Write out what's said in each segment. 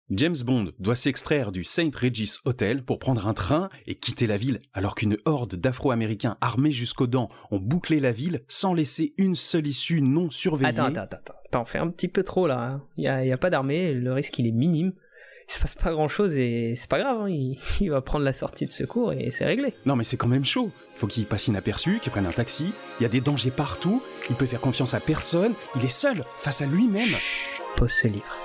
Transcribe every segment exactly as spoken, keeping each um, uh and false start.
James Bond doit s'extraire du Saint Regis Hotel pour prendre un train et quitter la ville alors qu'une horde d'Afro-Américains armés jusqu'aux dents ont bouclé la ville sans laisser une seule issue non surveillée. Attends, attends, attends, t'en fais un petit peu trop là. Hein. Il y a, il y a pas d'armée, le risque il est minime. Il se passe pas grand chose et c'est pas grave, hein. il, il va prendre la sortie de secours et c'est réglé. Non mais c'est quand même chaud. Il faut qu'il passe inaperçu, qu'il prenne un taxi. Il y a des dangers partout. Il peut faire confiance à personne. Il est seul face à lui-même. Chut, pose ce livre.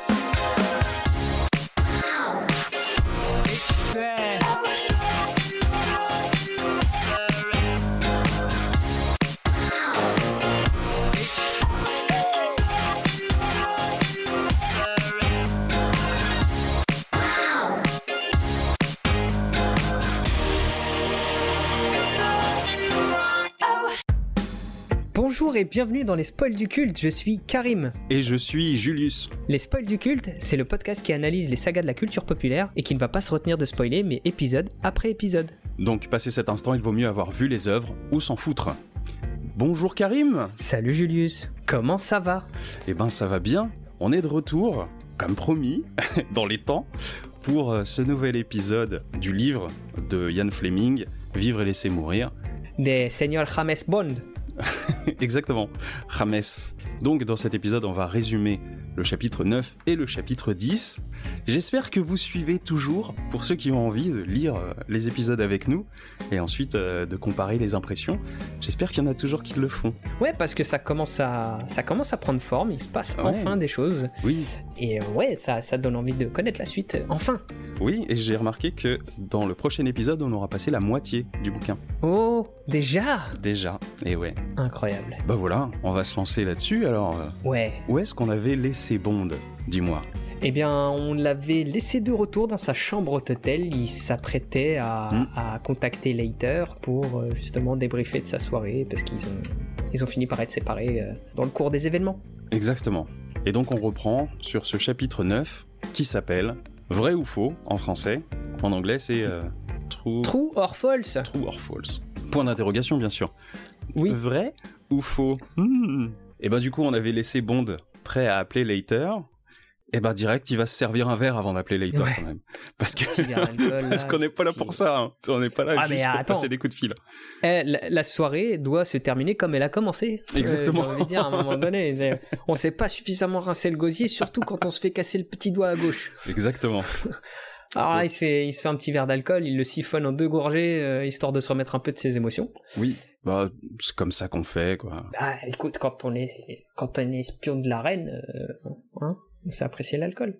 Bonjour et bienvenue dans les spoils du culte, je suis Karim. Et je suis Julius. Les spoils du culte, c'est le podcast qui analyse les sagas de la culture populaire et qui ne va pas se retenir de spoiler, mais épisode après épisode. Donc, passé cet instant, il vaut mieux avoir vu les œuvres ou s'en foutre. Bonjour Karim. Salut Julius, comment ça va ? Eh ben ça va bien, on est de retour, comme promis, dans les temps, pour ce nouvel épisode du livre de Ian Fleming, Vivre et laisser mourir. Des Seigneur James Bond. Exactement, James. Donc dans cet épisode, on va résumer le chapitre neuf et le chapitre dix. J'espère que vous suivez toujours, pour ceux qui ont envie de lire les épisodes avec nous, et ensuite euh, de comparer les impressions. J'espère qu'il y en a toujours qui le font. Ouais, parce que ça commence à, ça commence à prendre forme, il se passe Ouais. enfin des choses. Oui, Et ouais, ça, ça donne envie de connaître la suite, enfin. oui, et j'ai remarqué que dans le prochain épisode, on aura passé la moitié du bouquin. Oh, déjà ? Déjà, et ouais. Incroyable. Bah voilà, on va se lancer là-dessus, alors... euh, Ouais. où est-ce qu'on avait laissé Bond ? Dis-moi. Eh bien, on l'avait laissé de retour dans sa chambre d'hôtel. Il s'apprêtait à, Mm. à contacter Leiter pour euh, justement débriefer de sa soirée parce qu'ils ont, ils ont fini par être séparés euh, dans le cours des événements. Exactement. Et donc on reprend sur ce chapitre neuf qui s'appelle Vrai ou faux en français. En anglais c'est euh, True... True or false ? True or false. Point d'interrogation bien sûr. Oui. Vrai ou faux ? Hmm. Et ben du coup on avait laissé Bond prêt à appeler Leiter. Et ben direct il va se servir un verre avant d'appeler Leiter Ouais. quand même. Parce que Petit verre d'alcool, parce là, qu'on n'est pas là qui- pour ça. Hein. On n'est pas là Ah, juste mais pour attends. passer des coups de fil. Eh, la, la soirée doit se terminer comme elle a commencé. Exactement. Euh, j'ai envie de dire, à un moment donné, c'est- on s'est pas suffisamment rincé le gosier, surtout quand on se fait casser le petit doigt à gauche. Exactement. Alors là, Ouais. il se fait, il se fait un petit verre d'alcool, il le siphonne en deux gorgées, euh, histoire de se remettre un peu de ses émotions. Oui. Bah c'est comme ça qu'on fait quoi. Ah, écoute, quand on est, quand on est espion de la reine, euh, hein, on sait apprécier l'alcool.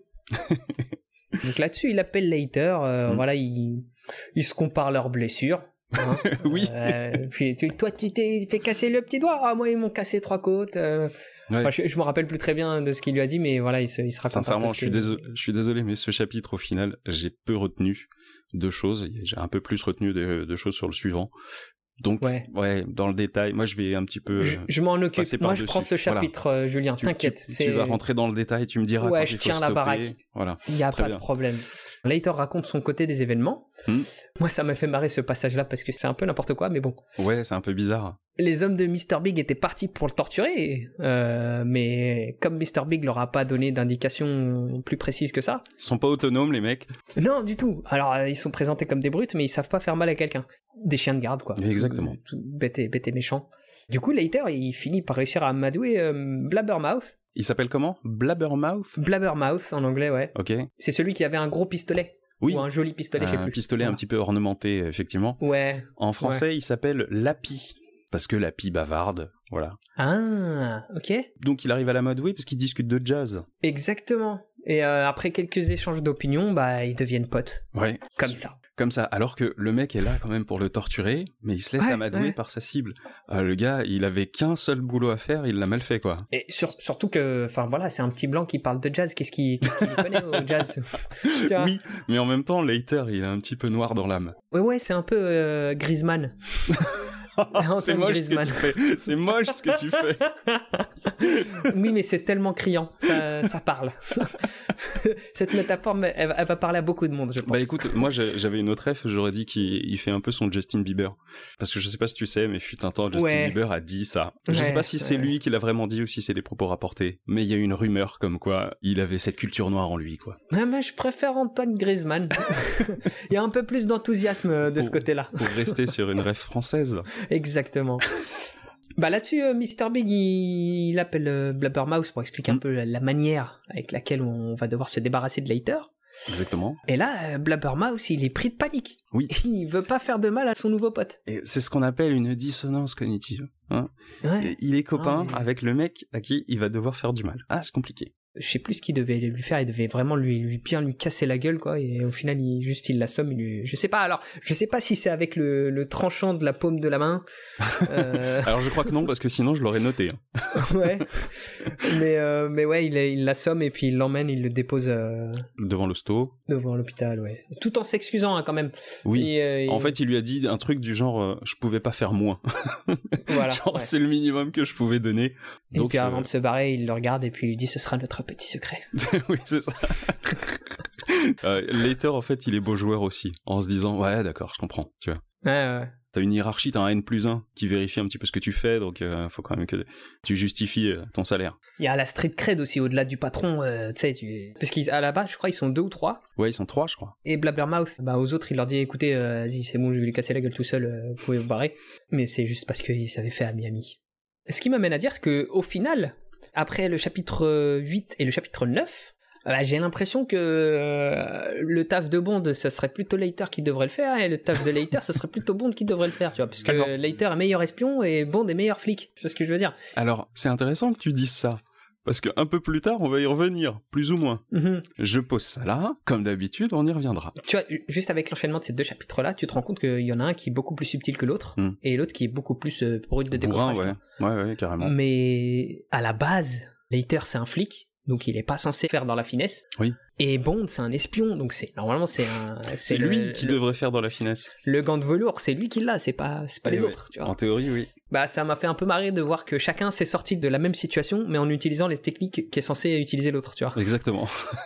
Donc là-dessus, il appelle Leiter, euh, Mm. voilà, il, ils se comparent leurs blessures. Hein. Oui. Euh, puis, tu- toi, tu t'es fait casser le petit doigt. Ah, moi, ils m'ont cassé trois côtes. Euh, Ouais. enfin, je, je me rappelle plus très bien de ce qu'il lui a dit, mais voilà, il se, il se raconte un peu Sincèrement, ce je suis, que- désolé, je suis désolé, mais ce chapitre, au final, j'ai peu retenu de choses. J'ai un peu plus retenu de, de choses sur le suivant. Donc, ouais. Ouais. dans le détail, moi, je vais un petit peu... Je, je m'en occupe. passer Moi, je par-dessus. prends ce Voilà. chapitre, euh, Julien. tu, T'inquiète. tu, c'est... tu vas rentrer dans le détail, tu me diras Ouais, quand je il faut tiens la stopper. baraque. Voilà. Il n'y a Très pas bien. de problème. Leiter raconte son côté des événements. Hmm. Moi, ça m'a fait marrer ce passage-là parce que c'est un peu n'importe quoi, mais bon. Ouais, c'est un peu bizarre. Les hommes de mister Big étaient partis pour le torturer, euh, mais comme mister Big leur a pas donné d'indication plus précise que ça, Ils sont pas autonomes, les mecs. non du tout. Alors euh, ils sont présentés comme des brutes, mais ils savent pas faire mal à quelqu'un. Des chiens de garde quoi. Exactement. Tout, tout bête et, bête et méchant. Du coup, Leiter, il finit par réussir à amadouer euh, Blabbermouth. Il s'appelle comment ? Blabbermouth ? Blabbermouth en anglais, ouais. Ok. C'est celui qui avait un gros pistolet. Oui. Ou un joli pistolet, je sais Un plus. pistolet un Voilà. petit peu ornementé, effectivement. Ouais. En français, il s'appelle Lapi. Parce que Lapi bavarde, voilà. Ah, ok. Donc il arrive à l'amadouer parce qu'ils discutent de jazz. Exactement. Et euh, après quelques échanges d'opinions, bah ils deviennent potes. Ouais. Comme ça. Comme ça, alors que le mec est là quand même pour le torturer, mais il se laisse Ouais, amadouer ouais. par sa cible. Euh, le gars, il avait qu'un seul boulot à faire, il l'a mal fait quoi. Et sur- surtout que, enfin voilà, c'est un petit blanc qui parle de jazz. Qu'est-ce qu'il qu'est-ce qu'il connaît au jazz? Tu vois. Oui, mais en même temps, Leiter, il est un petit peu noir dans l'âme. Ouais, ouais, c'est un peu euh, Griezmann. C'est moche Griezmann. ce que tu fais. C'est moche ce que tu fais. Oui, mais c'est tellement criant, ça, ça parle. Cette métaphore, elle, elle va parler à beaucoup de monde, je pense. Bah écoute, moi j'avais une autre ref, j'aurais dit qu'il fait un peu son Justin Bieber. Parce que je sais pas si tu sais, mais fut un temps, Justin ouais. Bieber a dit ça. Je ouais, sais pas si c'est ouais. lui qui l'a vraiment dit ou si c'est des propos rapportés, mais il y a eu une rumeur comme quoi il avait cette culture noire en lui, quoi. Ah, mais je préfère Antoine Griezmann. Il y a un peu plus d'enthousiasme de pour, ce côté-là. Pour rester sur une ref française. Exactement. Bah là-dessus, euh, mister Big, il, il appelle euh, Blabbermouth pour expliquer mmh. un peu la, la manière avec laquelle on va devoir se débarrasser de Leiter. Exactement. Et là, euh, Blabbermouth, il est pris de panique. Oui. Il veut pas faire de mal à son nouveau pote. Et c'est ce qu'on appelle une dissonance cognitive. Hein. Ouais. Il est copain ah, mais... avec le mec à qui il va devoir faire du mal. Ah, c'est compliqué. Je sais plus ce qu'il devait lui faire, il devait vraiment lui, lui bien lui casser la gueule, quoi, et au final, il, juste, il l'assomme, il lui, je sais pas, alors, je sais pas si c'est avec le, le tranchant de la paume de la main. Euh... alors, je crois que non, parce que sinon, je l'aurais noté. Hein. Ouais. Mais, euh, mais ouais, il, il l'assomme et puis il l'emmène, il le dépose, euh... devant l'hosto. Devant l'hôpital, ouais. Tout en s'excusant, hein, quand même. Oui. Et, euh, en et... fait, il lui a dit un truc du genre, euh, je pouvais pas faire moins. Voilà. Genre, ouais. c'est le minimum que je pouvais donner. Donc, et puis, avant euh... de se barrer, il le regarde et puis il lui dit, ce sera notre petit secret. Oui, c'est ça. euh, Leiter, en fait, il est beau joueur aussi, en se disant, ouais, d'accord, je comprends, tu vois. Ouais, ouais. T'as une hiérarchie, t'as un N plus un qui vérifie un petit peu ce que tu fais, donc euh, faut quand même que tu justifies euh, ton salaire. Il y a la street cred aussi, au-delà du patron, euh, tu sais, tu... parce qu'à la base, je crois, ils sont deux ou trois. Ouais, ils sont trois, je crois. Et Blabbermouth, bah, aux autres, il leur dit, écoutez, euh, vas-y, c'est bon, je vais lui casser la gueule tout seul, euh, vous pouvez vous barrer. Mais c'est juste parce qu'ils s'avaient fait à Miami. Ce qui m'amène à dire que, au final, après le chapitre huit et le chapitre neuf, bah, j'ai l'impression que euh, le taf de Bond, ce serait plutôt Leiter qui devrait le faire, et le taf de Leiter, ce serait plutôt Bond qui devrait le faire, tu vois, parce que Alors... Leiter est meilleur espion et Bond est meilleur flic, tu vois ce que je veux dire. Alors, c'est intéressant que tu dises ça, parce qu'un peu plus tard, on va y revenir, plus ou moins. Mm-hmm. Je pose ça là, comme d'habitude, on y reviendra. Tu vois, juste avec l'enchaînement de ces deux chapitres-là, tu te rends compte qu'il y en a un qui est beaucoup plus subtil que l'autre, mm. et l'autre qui est beaucoup plus euh, brut de décoffrage. Ouais. ouais, ouais, carrément. Mais à la base, Leiter, c'est un flic, donc il est pas censé faire dans la finesse. Oui. Et Bond, c'est un espion, donc c'est normalement c'est un. C'est, c'est le, lui qui le, devrait faire dans la finesse. Le gant de velours, c'est lui qui l'a, c'est pas, c'est pas les ouais. autres, tu vois. En théorie, oui. Bah ça m'a fait un peu marrer de voir que chacun s'est sorti de la même situation, mais en utilisant les techniques qu'est censé utiliser l'autre, tu vois. Exactement.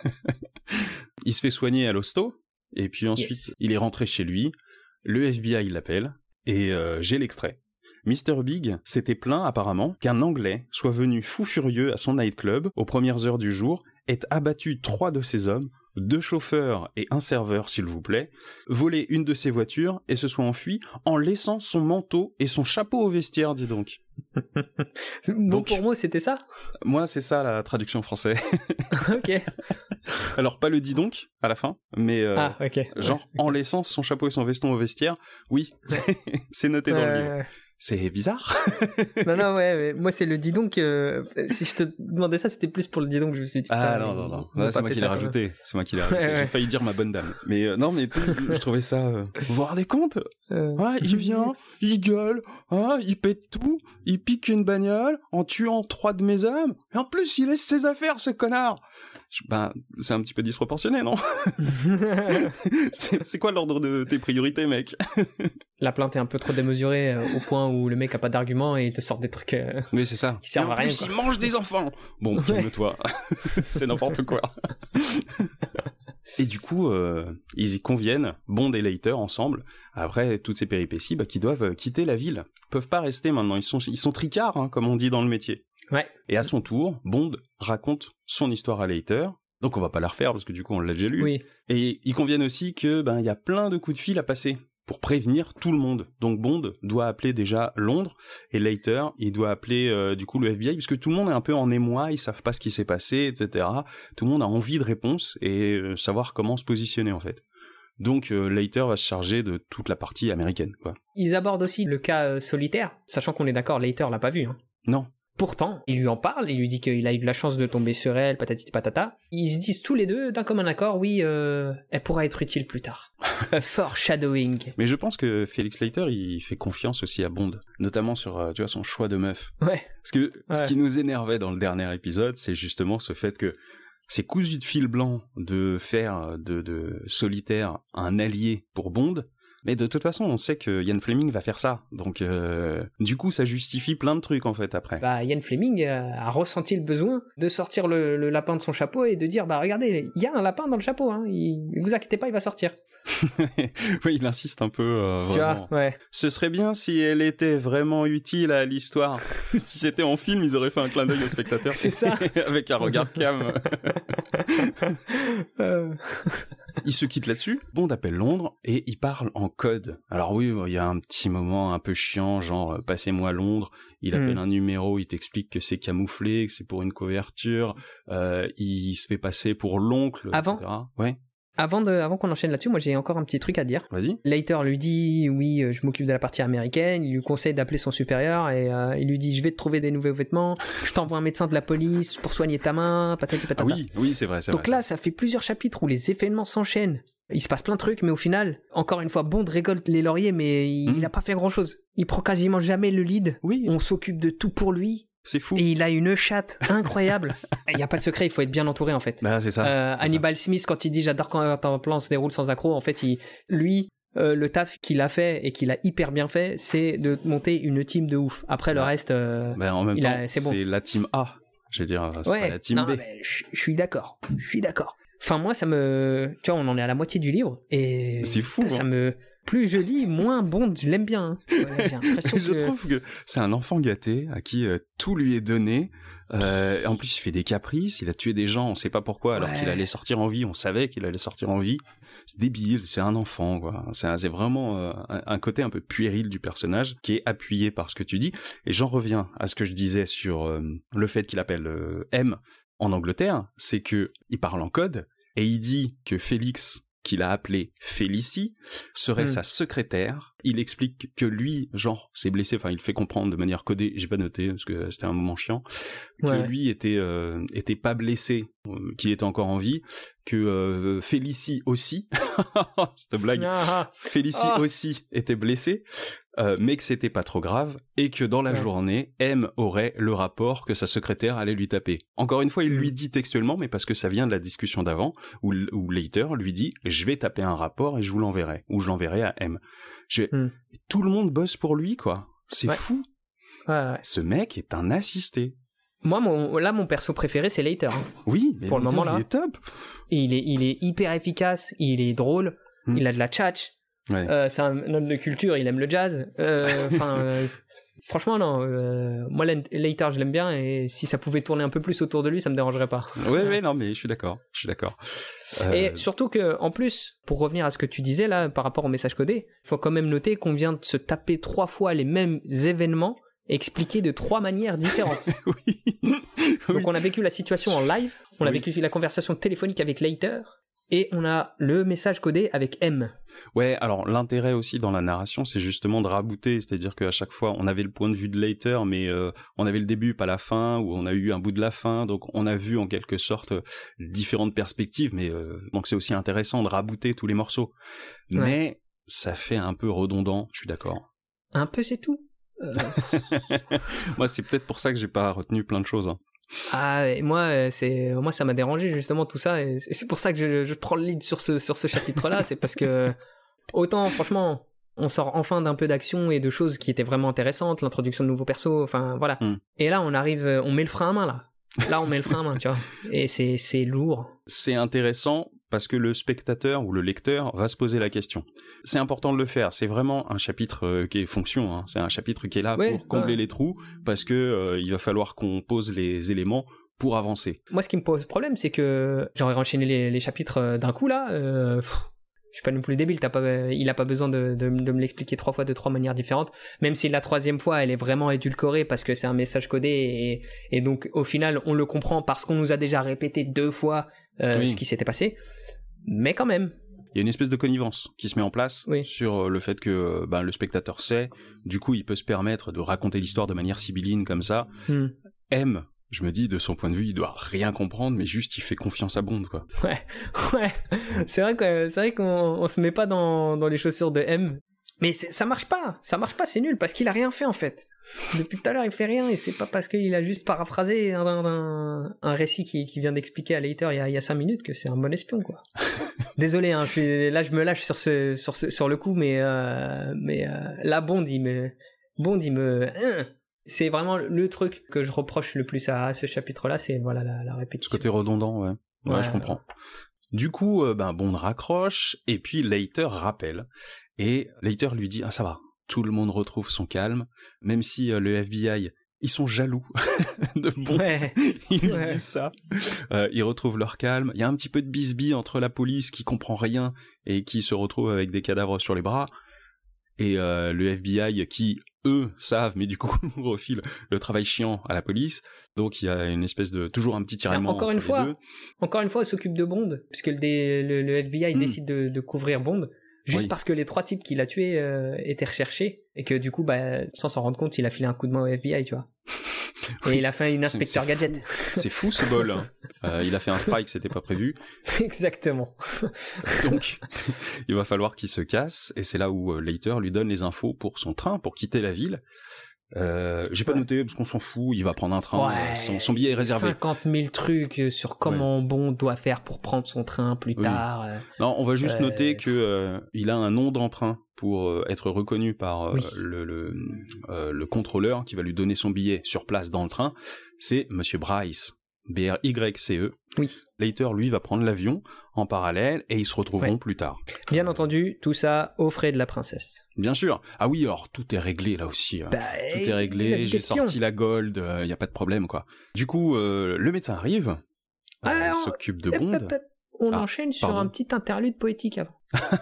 Il se fait soigner à l'hosto, et puis ensuite yes. il est rentré chez lui. Le F B I l'appelle, et euh, j'ai l'extrait. mister Big s'était plaint apparemment qu'un Anglais soit venu fou furieux à son nightclub aux premières heures du jour, ait abattu trois de ses hommes, deux chauffeurs et un serveur s'il vous plaît, volé une de ses voitures et se soit enfui en laissant son manteau et son chapeau au vestiaire, dis donc. Bon, donc, pour moi c'était ça. Moi c'est ça la traduction française. Ok. Alors pas le dis donc à la fin, mais euh, ah, okay. genre ouais, okay. en laissant son chapeau et son veston au vestiaire, oui, c'est, c'est noté dans euh... le livre. C'est bizarre. non, non, ouais, mais moi c'est le dis donc. Euh, si je te demandais ça, c'était plus pour le dis donc. Je me suis dit, ah non, non, non, non c'est, moi qui l'ai rajouté. C'est moi qui l'ai rajouté. Ouais, J'ai ouais. failli dire ma bonne dame. Mais euh, non, mais tu sais, je trouvais ça. Euh, vous vous rendez compte euh... ouais, il vient, il gueule, hein, il pète tout, il pique une bagnole en tuant trois de mes hommes. Et en plus, il laisse ses affaires, ce connard. Je, ben, c'est un petit peu disproportionné, non? c'est, c'est quoi l'ordre de tes priorités, mec? La plainte est un peu trop démesurée euh, au point où le mec a pas d'argument et il te sort des trucs euh, oui, c'est ça. qui servent à rien. En plus, il mange des enfants. Bon, calme-toi. C'est n'importe quoi. Et du coup, euh, ils y conviennent, Bond et Leiter ensemble, après toutes ces péripéties, bah, qu'ils doivent quitter la ville. Ils peuvent pas rester maintenant, ils sont, ils sont tricards, hein, comme on dit dans le métier. Ouais. Et à son tour, Bond raconte son histoire à Leiter. Donc on va pas la refaire parce que du coup on l'a déjà lu. Oui. Et ils conviennent aussi que ben il y a plein de coups de fil à passer pour prévenir tout le monde. Donc Bond doit appeler déjà Londres et Leiter, il doit appeler euh, du coup le F B I parce que tout le monde est un peu en émoi, ils savent pas ce qui s'est passé, et cetera. Tout le monde a envie de réponses et euh, savoir comment se positionner en fait. Donc euh, Leiter va se charger de toute la partie américaine, quoi. Ils abordent aussi le cas euh, solitaire, sachant qu'on est d'accord, Leiter l'a pas vu. Hein. Non. Pourtant, il lui en parle, il lui dit qu'il a eu de la chance de tomber sur elle, patati patata. Ils se disent tous les deux, d'un commun accord, oui, euh, elle pourra être utile plus tard. A foreshadowing. Mais je pense que Felix Leiter, il fait confiance aussi à Bond, notamment sur, euh, tu vois, son choix de meuf. Ouais. Parce que ouais. ce qui nous énervait dans le dernier épisode, c'est justement ce fait que c'est cousu de fil blanc de faire de, de Solitaire un allié pour Bond, Mais de toute façon, on sait que Ian Fleming va faire ça. Donc, euh, du coup, ça justifie plein de trucs, en fait, après. Bah, Ian Fleming a ressenti le besoin de sortir le, le lapin de son chapeau et de dire, bah, regardez, il y a un lapin dans le chapeau, hein. Il, vous inquiétez pas, il va sortir. Oui, il insiste un peu, euh, tu vraiment. vois, ouais. Ce serait bien si elle était vraiment utile à l'histoire. Si c'était en film, ils auraient fait un clin d'œil au spectateur. C'est ça. Avec un regard cam. euh... Il se quitte là-dessus. Bond appelle Londres et il parle en code. Alors oui, il y a un petit moment un peu chiant, genre « passez-moi Londres ». Il appelle mm. un numéro, il t'explique que c'est camouflé, que c'est pour une couverture. Euh, il se fait passer pour l'oncle, Avant, et cetera. Ouais. Avant, de, avant qu'on enchaîne là-dessus, moi j'ai encore un petit truc à dire. Vas-y. Leiter lui dit « Oui, je m'occupe de la partie américaine ». Il lui conseille d'appeler son supérieur et euh, il lui dit « Je vais te trouver des nouveaux vêtements, je t'envoie un médecin de la police pour soigner ta main, patati patata ». Ah oui, oui, c'est vrai, c'est Donc vrai. là, ça fait plusieurs chapitres où les événements s'enchaînent. Il se passe plein de trucs, mais au final, encore une fois, Bond récolte les lauriers, mais il n'a mmh. pas fait grand-chose. Il prend quasiment jamais le lead. Oui. On s'occupe de tout pour lui. C'est fou. Et il a une chatte incroyable. Il n'y a pas de secret, il faut être bien entouré en fait. Bah, c'est ça. Euh, c'est Hannibal ça. Smith, quand il dit j'adore quand un plan se déroule sans accroc, en fait, il, lui, euh, le taf qu'il a fait et qu'il a hyper bien fait, c'est de monter une team de ouf. Après, bah, le reste, euh, bah, en même il temps, a, c'est, bon. c'est la team A. Je veux dire, c'est ouais, pas la team non, B. Je suis d'accord. Je suis d'accord. Enfin, moi, ça me. Tu vois, on en est à la moitié du livre et. C'est fou. Ça hein. me. Plus je lis, moins Bond, je l'aime bien. Hein. Ouais, j'ai l'impression je que... trouve que c'est un enfant gâté à qui euh, tout lui est donné. Euh, en plus, il fait des caprices, il a tué des gens, on sait pas pourquoi, alors ouais. qu'il allait sortir en vie. On savait qu'il allait sortir en vie. C'est débile, c'est un enfant, quoi. C'est, un, c'est vraiment euh, un, un côté un peu puéril du personnage qui est appuyé par ce que tu dis. Et j'en reviens à ce que je disais sur euh, le fait qu'il appelle euh, M en Angleterre, c'est que il parle en code et il dit que Félix, qu'il a appelé Félicie, serait mmh. sa secrétaire. Il explique que lui, genre, s'est blessé, enfin, il fait comprendre de manière codée, j'ai pas noté, parce que c'était un moment chiant, que ouais. lui était, euh, était pas blessé, euh, qu'il était encore en vie, que euh, Félicie aussi, cette blague, ah. Félicie ah. aussi était blessé, euh, mais que c'était pas trop grave, et que dans la ouais. journée, M aurait le rapport que sa secrétaire allait lui taper. Encore une fois, il mmh. lui dit textuellement, mais parce que ça vient de la discussion d'avant, où, où Leiter lui dit, je vais taper un rapport et je vous l'enverrai, ou je l'enverrai à M. Je... Mmh. Tout le monde bosse pour lui, quoi. C'est ouais. fou. Ouais, ouais. Ce mec est un assisté. Moi, mon, là, mon perso préféré, c'est Leiter. Hein. Oui, mais pour Leiter, le moment là, il est top. Il est, il est hyper efficace, il est drôle, mmh. il a de la tchatch. Ouais. Euh, c'est un homme de culture, il aime le jazz. Enfin, euh, franchement, non. Euh, moi, Leiter, je l'aime bien, et si ça pouvait tourner un peu plus autour de lui, ça me dérangerait pas. Oui, oui, non, mais je suis d'accord. Je suis d'accord. Euh... Et surtout que, en plus, pour revenir à ce que tu disais là, par rapport au message codé, il faut quand même noter qu'on vient de se taper trois fois les mêmes événements expliqués de trois manières différentes. oui. Donc, oui. on a vécu la situation en live, on a oui. vécu la conversation téléphonique avec Leiter. Et on a le message codé avec M. Ouais, alors l'intérêt aussi dans la narration, c'est justement de rabouter, c'est-à-dire qu'à chaque fois, on avait le point de vue de Leiter, mais euh, on avait le début, pas la fin, ou on a eu un bout de la fin, donc on a vu en quelque sorte différentes perspectives, mais euh, donc c'est aussi intéressant de rabouter tous les morceaux. Ouais. Mais ça fait un peu redondant, je suis d'accord. Un peu, c'est tout. Euh... Moi, c'est peut-être pour ça que j'ai pas retenu plein de choses. Hein. Ah, et moi, c'est, moi, ça m'a dérangé justement tout ça, et c'est pour ça que je, je prends le lead sur ce, sur ce chapitre-là, c'est parce que, autant, franchement, on sort enfin d'un peu d'action et de choses qui étaient vraiment intéressantes, l'introduction de nouveaux persos, enfin, voilà. Mm. Et là, on arrive, on met le frein à main, là. Là, on met le frein à main, tu vois. Et c'est, c'est lourd. C'est intéressant parce que le spectateur ou le lecteur va se poser la question. C'est important de le faire. C'est vraiment un chapitre euh, qui est fonction. Hein. C'est un chapitre qui est là ouais, pour combler ouais. les trous parce que euh, il va falloir qu'on pose les éléments pour avancer. Moi, ce qui me pose problème, c'est que j'aurais enchaîné les, les chapitres d'un coup là. Euh, pff, je suis pas non plus débile. T'as pas, il a pas besoin de, de, de me l'expliquer trois fois de trois manières différentes. Même si la troisième fois, elle est vraiment édulcorée parce que c'est un message codé et, et donc au final, on le comprend parce qu'on nous a déjà répété deux fois euh, oui. ce qui s'était passé. Mais quand même. Il y a une espèce de connivence qui se met en place oui. sur le fait que ben, le spectateur sait, du coup il peut se permettre de raconter l'histoire de manière sibylline comme ça. Hmm. M, je me dis, de son point de vue, il doit rien comprendre, mais juste il fait confiance à Bond, quoi. Ouais, ouais. C'est vrai, que, c'est vrai qu'on on se met pas dans, dans les chaussures de M. Mais ça marche pas, ça marche pas, c'est nul, parce qu'il a rien fait en fait. Depuis tout à l'heure, il fait rien, et c'est pas parce qu'il a juste paraphrasé un, un, un récit qui, qui vient d'expliquer à Leiter il y a, il y a cinq minutes que c'est un bon espion, quoi. Désolé, hein, je suis, là je me lâche sur, ce, sur, ce, sur le coup, mais, euh, mais euh, là Bond, il me... Bond, il me... Hein, c'est vraiment le truc que je reproche le plus à, à ce chapitre-là, c'est voilà la, la répétition. Ce côté redondant, ouais. Ouais, ouais je comprends. Ouais. Du coup, euh, ben, Bond raccroche, et puis Leiter rappelle. Et Leiter lui dit « Ah, ça va, tout le monde retrouve son calme, même si euh, le F B I, ils sont jaloux de Bond. Ouais. Ils lui ouais. disent ça. Euh, ils retrouvent leur calme. Il y a un petit peu de bisbille entre la police qui comprend rien et qui se retrouve avec des cadavres sur les bras, et euh, le F B I qui, eux, savent, mais du coup, refilent le travail chiant à la police. Donc il y a une espèce de... toujours un petit tiraillement encore entre une les fois, deux. Encore une fois, elle s'occupe de Bond, puisque le, le, le F B I mmh. décide de, de couvrir Bond. Juste oui. parce que les trois types qu'il a tués euh, étaient recherchés, et que du coup, bah, sans s'en rendre compte, il a filé un coup de main au F B I, tu vois. Et oui. il a fait une inspecteur c'est, c'est gadget. Fou. C'est fou ce bol. Hein. Euh, il a fait un strike, c'était pas prévu. Exactement. Donc, il va falloir qu'il se casse, et c'est là où euh, Leiter lui donne les infos pour son train, pour quitter la ville. Euh, j'ai pas ouais. noté parce qu'on s'en fout, il va prendre un train, ouais, euh, son, son billet est réservé. cinquante mille trucs sur comment ouais. Bond doit faire pour prendre son train plus oui. tard. Euh, non, on va juste euh... noter que euh, il a un nom d'emprunt pour euh, être reconnu par euh, oui. le, le, euh, le contrôleur qui va lui donner son billet sur place dans le train. C'est Monsieur Bryce, B R Y C E. Oui. Leiter, lui, va prendre l'avion en parallèle et ils se retrouveront ouais. plus tard. Bien entendu, tout ça aux frais de la princesse. Bien sûr. Ah oui, alors tout est réglé là aussi. Bah, tout est réglé, j'ai sorti la gold, il euh, y a pas de problème quoi. Du coup, euh, le médecin arrive, ah, euh, il on... s'occupe de Bond. On ah, enchaîne sur pardon. un petit interlude poétique avant.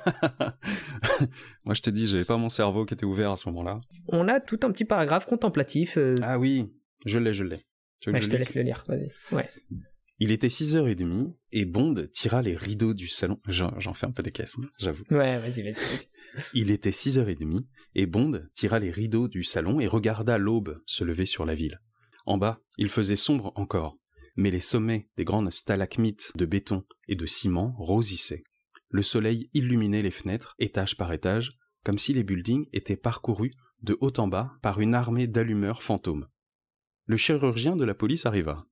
Moi je te dis, j'avais pas mon cerveau qui était ouvert à ce moment-là. On a tout un petit paragraphe contemplatif. Euh... Ah oui, je l'ai, je l'ai. Tu veux ouais, que je, je te laisse le lire, vas-y. Ouais. Il était six heures trente et Bond tira les rideaux du salon. J'en, j'en fais un peu des caisses, hein, j'avoue. Ouais, vas-y, vas-y, vas-y. Il était six heures trente et Bond tira les rideaux du salon et regarda l'aube se lever sur la ville. En bas, il faisait sombre encore, mais les sommets des grandes stalagmites de béton et de ciment rosissaient. Le soleil illuminait les fenêtres, étage par étage, comme si les buildings étaient parcourus de haut en bas par une armée d'allumeurs fantômes. Le chirurgien de la police arriva.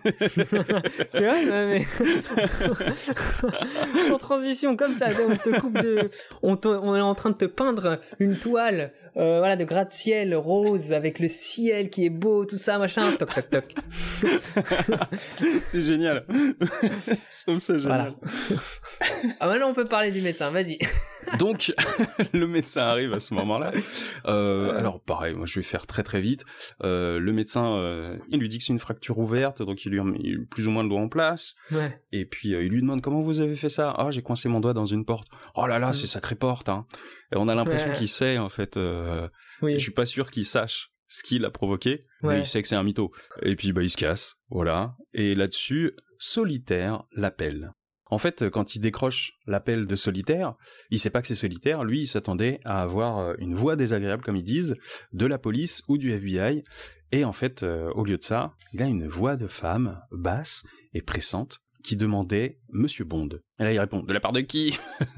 Tu vois, mais... sans transition, comme ça, on te coupe de... On, te... on est en train de te peindre une toile euh, voilà, de gratte-ciel rose avec le ciel qui est beau, tout ça, machin, toc, toc, toc. C'est génial. Je trouve ça génial. Voilà. Ah, maintenant, on peut parler du médecin, vas-y. Donc, le médecin arrive à ce moment-là. Euh, alors, pareil, moi, je vais faire très très vite. Euh, le médecin, euh, il lui dit que c'est une fracture ouverte, donc il lui remet plus ou moins le doigt en place. Ouais. Et puis, euh, il lui demande comment vous avez fait ça. Ah, j'ai coincé mon doigt dans une porte. Oh là là, mmh. c'est sacrée porte. Hein. Et on a l'impression ouais. qu'il sait, en fait. Euh, oui. Je suis pas sûr qu'il sache ce qu'il a provoqué, ouais. mais il sait que c'est un mytho. Et puis, bah, il se casse. Voilà. Et là-dessus, Solitaire l'appelle. En fait, quand il décroche l'appel de Solitaire, il sait pas que c'est Solitaire, lui il s'attendait à avoir une voix désagréable, comme ils disent, de la police ou du F B I, et en fait, euh, au lieu de ça, il a une voix de femme, basse et pressante, qui demandait « Monsieur Bond ». Et là il répond « De la part de qui ?»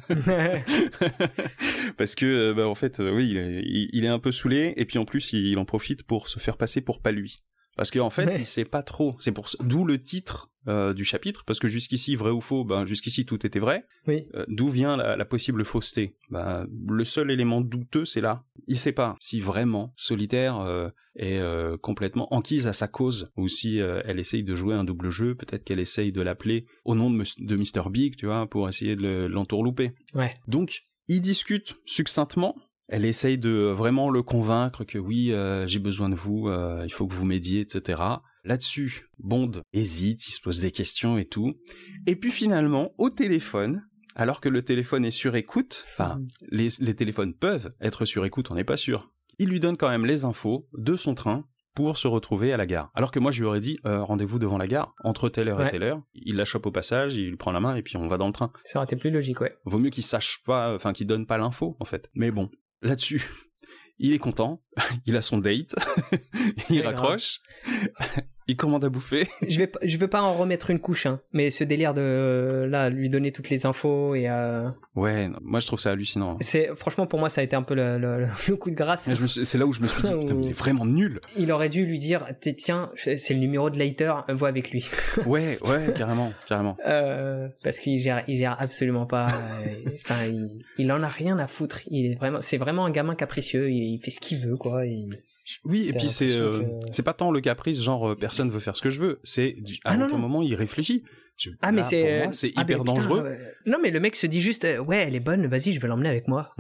Parce que, bah, en fait, euh, oui, il est, il est un peu saoulé, et puis en plus, il en profite pour se faire passer pour pas lui. Parce qu'en fait, ouais. il sait pas trop. C'est pour d'où le titre euh, du chapitre, parce que jusqu'ici, vrai ou faux, ben jusqu'ici tout était vrai. Oui. Euh, d'où vient la, la possible fausseté? Ben, le seul élément douteux, c'est là. Il sait pas si vraiment Solitaire euh, est euh, complètement enquise à sa cause, ou si euh, elle essaye de jouer un double jeu. Peut-être qu'elle essaye de l'appeler au nom de, de mister Big, tu vois, pour essayer de le, l'entourlouper. Ouais. Donc, ils discutent succinctement. Elle essaye de vraiment le convaincre que oui, euh, j'ai besoin de vous, euh, il faut que vous m'aidiez, et cetera. Là-dessus, Bond hésite, il se pose des questions et tout. Et puis finalement, au téléphone, alors que le téléphone est sur écoute, enfin, les, les téléphones peuvent être sur écoute, on n'est pas sûr, il lui donne quand même les infos de son train pour se retrouver à la gare. Alors que moi, je lui aurais dit, euh, rendez-vous devant la gare, entre telle heure ouais. et telle heure. Il la chope au passage, il lui prend la main et puis on va dans le train. Ça aurait été plus logique, ouais. Vaut mieux qu'il sache pas, enfin, qu'il donne pas l'info, en fait. Mais bon. Là-dessus, il est content, il a son date, il ouais, raccroche. il commande à bouffer. Je vais, je veux pas en remettre une couche, hein, mais ce délire de euh, là lui donner toutes les infos et euh... ouais, non, moi je trouve ça hallucinant. C'est franchement pour moi ça a été un peu le, le, le coup de grâce. Je me suis, c'est là où je me suis dit putain, mais il est vraiment nul. Il aurait dû lui dire tiens c'est le numéro de Leiter, vois avec lui. ouais ouais carrément carrément. Euh, parce qu'il gère il gère absolument pas. Enfin euh, il, il en a rien à foutre. Il est vraiment c'est vraiment un gamin capricieux. Il, il fait ce qu'il veut quoi. Il... Oui, et puis c'est euh, que... c'est pas tant le caprice, genre euh, personne veut faire ce que je veux, c'est à ah, un moment il réfléchit. Je, ah, mais là, c'est, pour moi, c'est ah, hyper mais, dangereux. Putain, euh... Non, mais le mec se dit juste, euh, ouais, elle est bonne, vas-y, je vais l'emmener avec moi.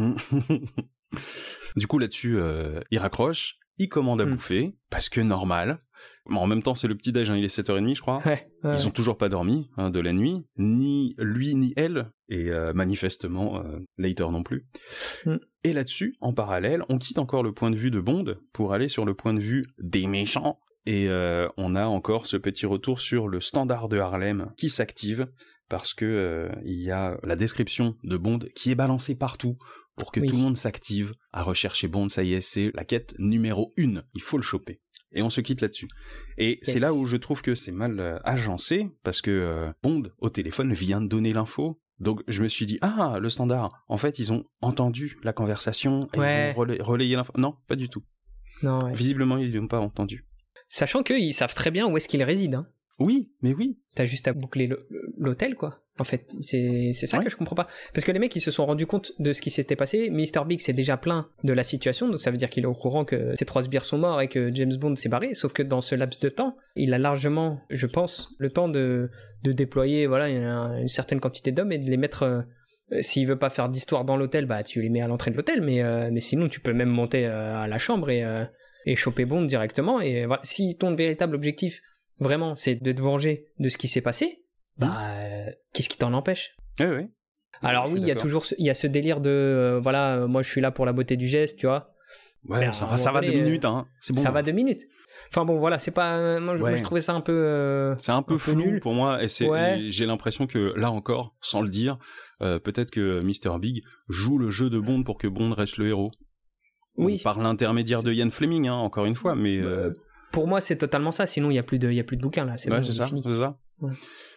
Du coup, là-dessus, euh, il raccroche, il commande à mm. bouffer, parce que normal. Bon, en même temps, c'est le petit-déj, hein, il est sept heures trente, je crois. Ouais, ouais, Ils ont toujours pas dormi hein, de la nuit, ni lui ni elle, et euh, manifestement, euh, Leiter non plus. Mm. Et là-dessus, en parallèle, on quitte encore le point de vue de Bond pour aller sur le point de vue des méchants. Et euh, on a encore ce petit retour sur le standard de Harlem qui s'active parce que euh, il y a la description de Bond qui est balancée partout pour que oui. tout le monde s'active à rechercher Bond. Ça y est, c'est la quête numéro une. Il faut le choper. Et on se quitte là-dessus. Et yes. c'est là où je trouve que c'est mal euh, agencé parce que euh, Bond au téléphone vient de donner l'info. Donc je me suis dit ah le standard. En fait ils ont entendu la conversation et ouais. ils ont relay- relayé l'info. Non, pas du tout. Non. Ouais. Visiblement ils n'ont pas entendu. Sachant qu'ils savent très bien où est-ce qu'il réside. Hein. Oui, mais oui. T'as juste à boucler l'hôtel, quoi. En fait, c'est, c'est ça ouais. que je comprends pas. Parce que les mecs, ils se sont rendus compte de ce qui s'était passé. mister Big s'est déjà plaint de la situation, donc ça veut dire qu'il est au courant que ces trois sbires sont morts et que James Bond s'est barré. Sauf que dans ce laps de temps, il a largement, je pense, le temps de, de déployer voilà, une, une certaine quantité d'hommes et de les mettre... Euh, s'il veut pas faire d'histoire dans l'hôtel, bah tu les mets à l'entrée de l'hôtel, mais, euh, mais sinon tu peux même monter euh, à la chambre et... Euh, et choper Bond directement, et voilà. Si ton véritable objectif, vraiment, c'est de te venger de ce qui s'est passé, bah, mmh. euh, qu'est-ce qui t'en empêche ? Oui, oui. Alors oui, il y a toujours, ce, il y a ce délire de, euh, voilà, euh, moi je suis là pour la beauté du geste, tu vois. Ouais, ça, va, ça va deux minutes, hein. C'est bon. Ça hein. va deux minutes. Enfin bon, voilà, c'est pas, euh, moi, ouais. moi je trouvais ça un peu. Euh, c'est un peu un flou peu nul. pour moi, et, c'est, ouais. et j'ai l'impression que là encore, sans le dire, euh, peut-être que mister Big joue le jeu de Bond pour que Bond reste le héros. Oui. Par l'intermédiaire c'est... de Ian Fleming, hein, encore une fois, mais... Euh... Pour moi, c'est totalement ça, sinon il n'y a plus de, il y a plus de bouquins, là, c'est ouais, bon, c'est ça, fini. c'est ça. Ouais.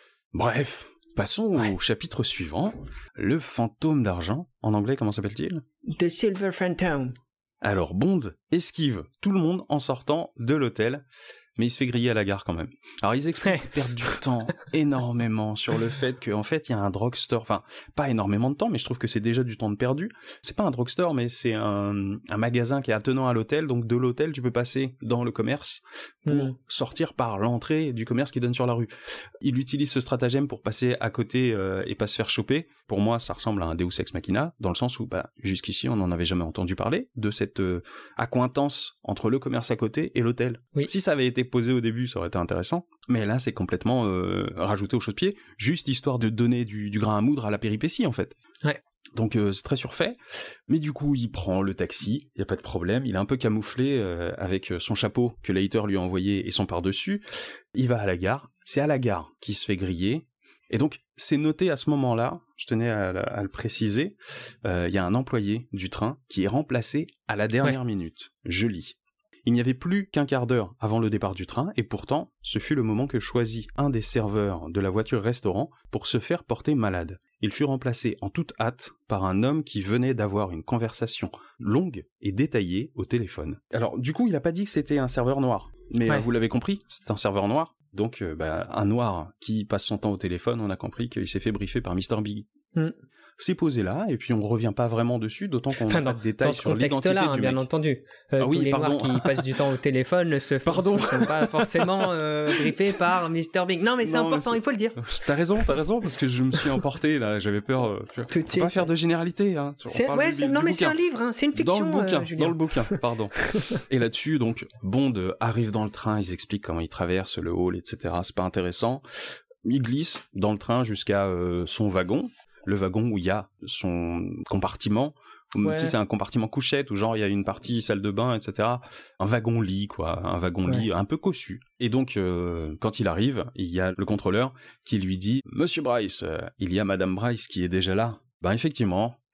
Bref, passons ouais. au chapitre suivant, le fantôme d'argent. En anglais, comment s'appelle-t-il ? The Silver Phantom. Alors, Bond esquive tout le monde en sortant de l'hôtel, mais il se fait griller à la gare quand même. Alors, ils expliquent qu'ils perdent du temps énormément sur le fait qu'en fait, il y a un drugstore, enfin, pas énormément de temps, mais je trouve que c'est déjà du temps de perdu. C'est pas un drugstore, mais c'est un, un magasin qui est attenant à l'hôtel, donc de l'hôtel, tu peux passer dans le commerce pour mmh. sortir par l'entrée du commerce qui donne sur la rue. Il utilise ce stratagème pour passer à côté euh, et pas se faire choper. Pour moi, ça ressemble à un Deus Ex Machina, dans le sens où, bah, jusqu'ici, on n'en avait jamais entendu parler, de cette euh, accointance entre le commerce à côté et l'hôtel. Oui. Si ça avait été posé au début, ça aurait été intéressant, mais là c'est complètement euh, rajouté au chausse-pied, juste histoire de donner du, du grain à moudre à la péripétie en fait. Ouais. Donc euh, c'est très surfait, mais du coup il prend le taxi, il y a pas de problème, il est un peu camouflé euh, avec son chapeau que Leiter lui a envoyé et son par-dessus, il va à la gare, c'est à la gare qu'il se fait griller, et donc c'est noté à ce moment-là, je tenais à, à le préciser, euh, il y a un employé du train qui est remplacé à la dernière ouais. minute, je lis. Il n'y avait plus qu'un quart d'heure avant le départ du train, et pourtant, ce fut le moment que choisit un des serveurs de la voiture-restaurant pour se faire porter malade. Il fut remplacé en toute hâte par un homme qui venait d'avoir une conversation longue et détaillée au téléphone. Alors, du coup, il n'a pas dit que c'était un serveur noir, mais ouais. vous l'avez compris, c'est un serveur noir. Donc, euh, bah, un noir qui passe son temps au téléphone, on a compris qu'il s'est fait briefer par mister Big. Mm. C'est posé là, et puis on revient pas vraiment dessus, d'autant qu'on n'a pas de détails sur l'identité là, du hein, mec. Bien entendu. Euh, ah oui, tous les pardon. noirs qui passent du temps au téléphone ne se pardon. sont pas forcément euh, briefés par mister Big. Non, mais c'est non, important, mais c'est... il faut le dire. T'as raison, t'as raison, parce que je me suis emporté là, j'avais peur. Euh, tu vois, faut pas faire de généralité. Hein. C'est... Ouais, c'est... non, mais c'est un livre, hein. C'est une fiction. Dans le bouquin, euh, dans le bouquin, pardon. Et là-dessus, donc, Bond arrive dans le train, ils expliquent comment il traverse le hall, et cetera. C'est pas intéressant. Il glisse dans le train jusqu'à euh, son wagon. Le wagon où il y a son compartiment, ouais. tu sais, c'est un compartiment couchette où genre il y a une partie salle de bain, et cetera. Un wagon lit, quoi, un wagon lit ouais. un peu cossu. Et donc, euh, quand il arrive, il y a le contrôleur qui lui dit « Monsieur Bryce, euh, il y a Madame Bryce qui est déjà là. » Ben effectivement,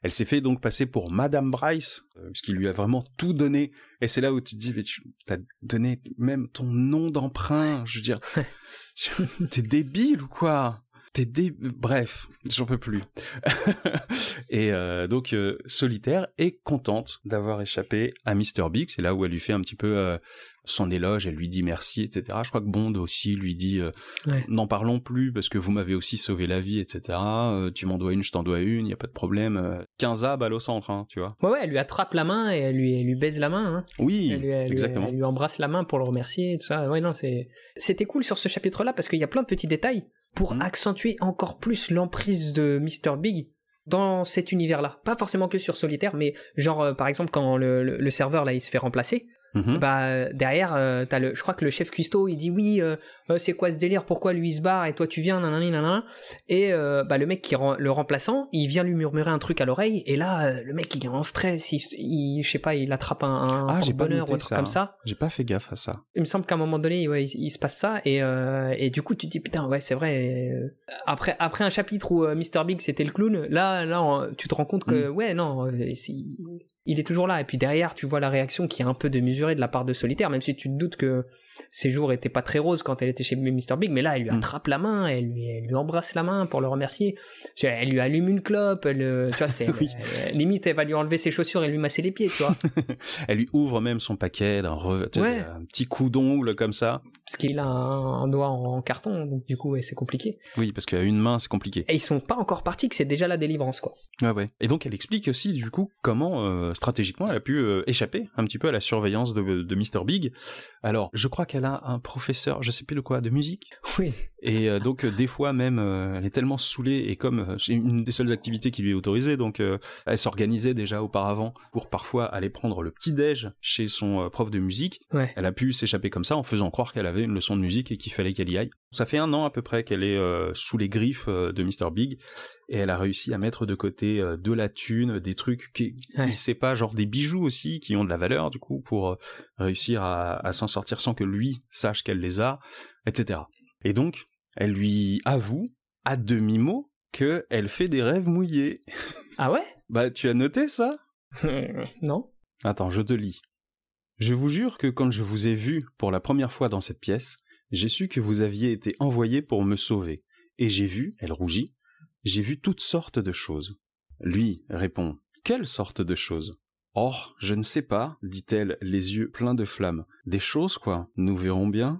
Elle s'est fait donc passer pour Madame Bryce, euh, puisqu'il lui a vraiment tout donné. Et c'est là où tu te dis, mais tu t'as donné même ton nom d'emprunt. Je veux dire, t'es débile ou quoi? T'es dé... Bref, j'en peux plus. Et euh, donc, euh, Solitaire est contente d'avoir échappé à mister Big. C'est là où elle lui fait un petit peu euh, son éloge. Elle lui dit merci, et cetera. Je crois que Bond aussi lui dit euh, ouais. n'en parlons plus parce que vous m'avez aussi sauvé la vie, et cetera. Euh, tu m'en dois une, je t'en dois une, y a pas de problème. Euh, quinze A, balle au centre, hein, tu vois. Ouais, ouais, elle lui attrape la main et elle lui, elle lui baise la main. Hein. Oui, elle lui, elle exactement. Lui, elle lui embrasse la main pour le remercier, tout ça. Ouais, non, c'est... C'était cool sur ce chapitre-là parce qu'il y a plein de petits détails pour mmh. accentuer encore plus l'emprise de mister Big dans cet univers-là. Pas forcément que sur Solitaire, mais genre, euh, par exemple, quand le, le, le serveur, là, il se fait remplacer, mmh. bah, derrière, euh, t'as le, je crois que le chef cuistot, il dit oui, euh, euh, c'est quoi ce délire, pourquoi lui il se barre et toi tu viens, nanani, nanana. Et euh, bah, le mec qui rend le remplaçant, il vient lui murmurer un truc à l'oreille, et là, euh, le mec il est en stress, il, il je sais pas, il attrape un, un ah, j'ai bonheur ou un truc ça. comme ça. J'ai pas fait gaffe à ça. Il me semble qu'à un moment donné, ouais, il, il se passe ça, et, euh, et du coup tu te dis putain, ouais, c'est vrai. Euh, après, après un chapitre où euh, mister Big c'était le clown, là, là on, tu te rends compte que, mm. ouais, non, euh, il est toujours là. Et puis derrière, tu vois la réaction qui est un peu démesurée de la part de Solitaire, même si tu te doutes que ses jours étaient pas très roses quand elle était chez mister Big, mais là, elle lui attrape mmh. la main, elle lui, elle lui embrasse la main pour le remercier. Elle lui allume une clope, elle, tu vois, c'est, oui. elle, limite, elle va lui enlever ses chaussures et lui masser les pieds, tu vois. Elle lui ouvre même son paquet d'un re... ouais. un petit coup d'ongle comme ça. Parce qu'il a un, un doigt en carton, donc du coup, ouais, c'est compliqué. Oui, parce qu'à une main, c'est compliqué. Et ils sont pas encore partis, que c'est déjà la délivrance, quoi. Ouais, ouais. Et donc, elle explique aussi, du coup, comment, euh, stratégiquement, elle a pu euh, échapper un petit peu à la surveillance de, de mister Big. Alors, je crois qu'elle a un professeur, je sais plus de quoi, de musique. Oui. Et euh, donc, euh, des fois même, euh, elle est tellement saoulée, et comme euh, c'est une des seules activités qui lui est autorisée, donc euh, elle s'organisait déjà auparavant pour parfois aller prendre le petit-déj chez son euh, prof de musique. Ouais. Elle a pu s'échapper comme ça en faisant croire qu'elle avait une leçon de musique et qu'il fallait qu'elle y aille. Ça fait un an à peu près qu'elle est euh, sous les griffes euh, de mister Big, et elle a réussi à mettre de côté euh, de la thune, des trucs qui, ouais. il sait pas, genre des bijoux aussi qui ont de la valeur du coup pour euh, réussir à, à s'en sortir sans que lui sache qu'elle les a, et cetera. Et donc, elle lui avoue, à demi-mot, qu'elle fait des rêves mouillés. Ah ouais? Bah, tu as noté ça? Non. Attends, je te lis. Je vous jure que quand je vous ai vu pour la première fois dans cette pièce, j'ai su que vous aviez été envoyé pour me sauver. Et j'ai vu, elle rougit, j'ai vu toutes sortes de choses. Lui répond, quelle sorte de choses? Oh, je ne sais pas, dit-elle, les yeux pleins de flammes. Des choses, quoi, nous verrons bien.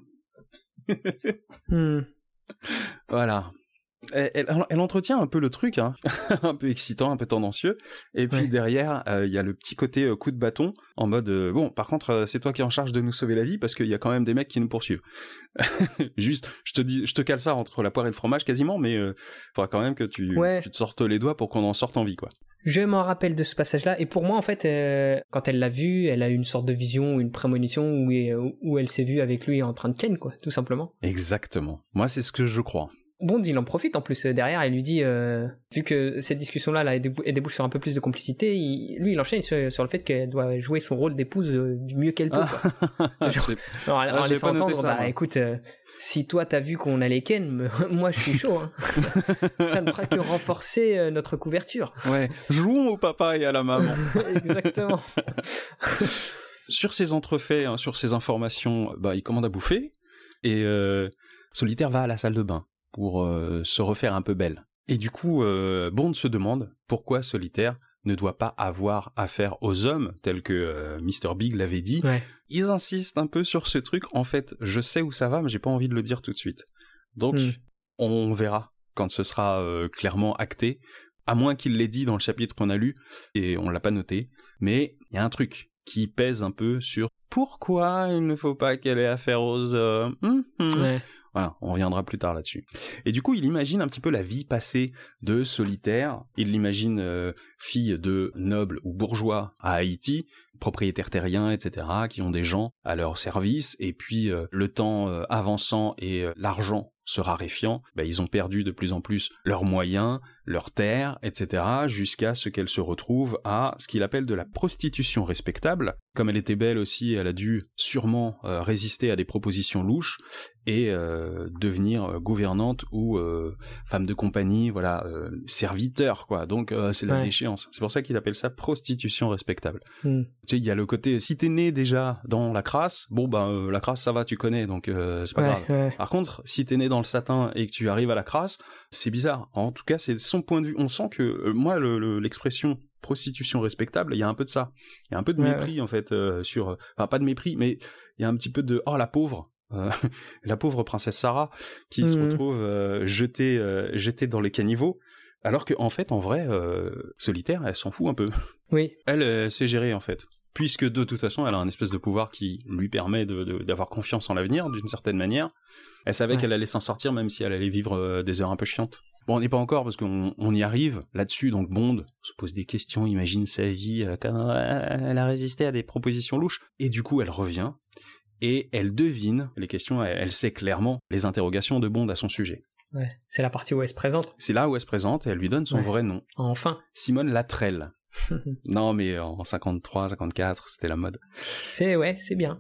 hmm. Voilà. Elle, elle, elle entretient un peu le truc, hein. Un peu excitant, un peu tendancieux. Et puis ouais. derrière, il euh, y a le petit côté euh, coup de bâton, en mode euh, bon, par contre, euh, c'est toi qui es en charge de nous sauver la vie parce qu'il y a quand même des mecs qui nous poursuivent. Juste, je te dis, je te cale ça entre la poire et le fromage quasiment, mais euh, faudra quand même que tu, ouais. tu te sortes les doigts pour qu'on en sorte en vie, quoi. Je m'en rappelle de ce passage-là, et pour moi, en fait, euh, quand elle l'a vu, elle a eu une sorte de vision, une prémonition où, où elle s'est vue avec lui en train de ken, quoi, tout simplement. Exactement. Moi, c'est ce que je crois. Bond, il en profite en plus derrière, elle lui dit, euh, vu que cette discussion-là, là, elle, débou- elle débouche sur un peu plus de complicité, il, lui, il enchaîne sur, sur le fait qu'elle doit jouer son rôle d'épouse euh, du mieux qu'elle peut. Ah. Quoi. Genre, alors, ah, en laissant entendre, ça, bah moi. écoute, euh, si toi t'as vu qu'on allait ken, moi je suis chaud. Hein. Ça ne fera que renforcer euh, notre couverture. Ouais, jouons au papa et à la maman. Exactement. Sur ces entrefaits, hein, sur ces informations, bah, il commande à bouffer, et euh, Solitaire va à la salle de bain pour euh, se refaire un peu belle. Et du coup, euh, Bond se demande pourquoi Solitaire ne doit pas avoir affaire aux hommes, tel que euh, mister Big l'avait dit. Ouais. Ils insistent un peu sur ce truc. En fait, je sais où ça va, mais j'ai pas envie de le dire tout de suite. Donc, mm. on verra quand ce sera euh, clairement acté, à moins qu'il l'ait dit dans le chapitre qu'on a lu, et on l'a pas noté. Mais il y a un truc qui pèse un peu sur pourquoi il ne faut pas qu'elle ait affaire aux hommes. Mm-hmm. Ouais. Voilà, on reviendra plus tard là-dessus. Et du coup, il imagine un petit peu la vie passée de Solitaire. Il l'imagine euh, fille de noble ou bourgeois à Haïti, propriétaires terriens, et cetera, qui ont des gens à leur service, et puis euh, le temps euh, avançant et euh, l'argent se raréfiant, bah, ils ont perdu de plus en plus leurs moyens, leurs terres, et cetera, jusqu'à ce qu'elle se retrouve à ce qu'il appelle de la prostitution respectable. Comme elle était belle aussi, elle a dû sûrement euh, résister à des propositions louches et euh, devenir euh, gouvernante ou euh, femme de compagnie, voilà, euh, serviteur, quoi. Donc euh, c'est la Ouais. déchéance. C'est pour ça qu'il appelle ça prostitution respectable. Mm. Tu sais, il y a le côté, si t'es né déjà dans la crasse, bon ben euh, la crasse ça va, tu connais, donc euh, c'est pas Ouais, grave. ouais. Par contre, si t'es né dans le satin et que tu arrives à la crasse, c'est bizarre. En tout cas, c'est son point de vue. On sent que, euh, moi, le, le, l'expression prostitution respectable, il y a un peu de ça. Il y a un peu de Ouais, mépris, en fait, euh, sur... Enfin, pas de mépris, mais il y a un petit peu de... Oh, la pauvre euh, la pauvre princesse Sarah, qui mmh. se retrouve euh, jetée, euh, jetée dans les caniveaux, alors qu'en fait, en vrai, euh, Solitaire, elle s'en fout un peu. Oui. Elle euh, sait gérer, en fait. Puisque, de toute façon, elle a un espèce de pouvoir qui lui permet de, de, d'avoir confiance en l'avenir, d'une certaine manière. Elle savait ouais. qu'elle allait s'en sortir, même si elle allait vivre euh, des heures un peu chiantes. Bon, on n'est pas encore, parce qu'on on y arrive là-dessus, donc Bond se pose des questions, imagine sa vie, euh, quand elle a résisté à des propositions louches. Et du coup, elle revient, et elle devine les questions, elle, elle sait clairement les interrogations de Bond à son sujet. Ouais, c'est la partie où elle se présente. C'est là où elle se présente, et elle lui donne son ouais. vrai nom. Enfin. Simone Latrelle. Non, mais en cinquante-trois, cinquante-quatre, c'était la mode. C'est, ouais, c'est bien.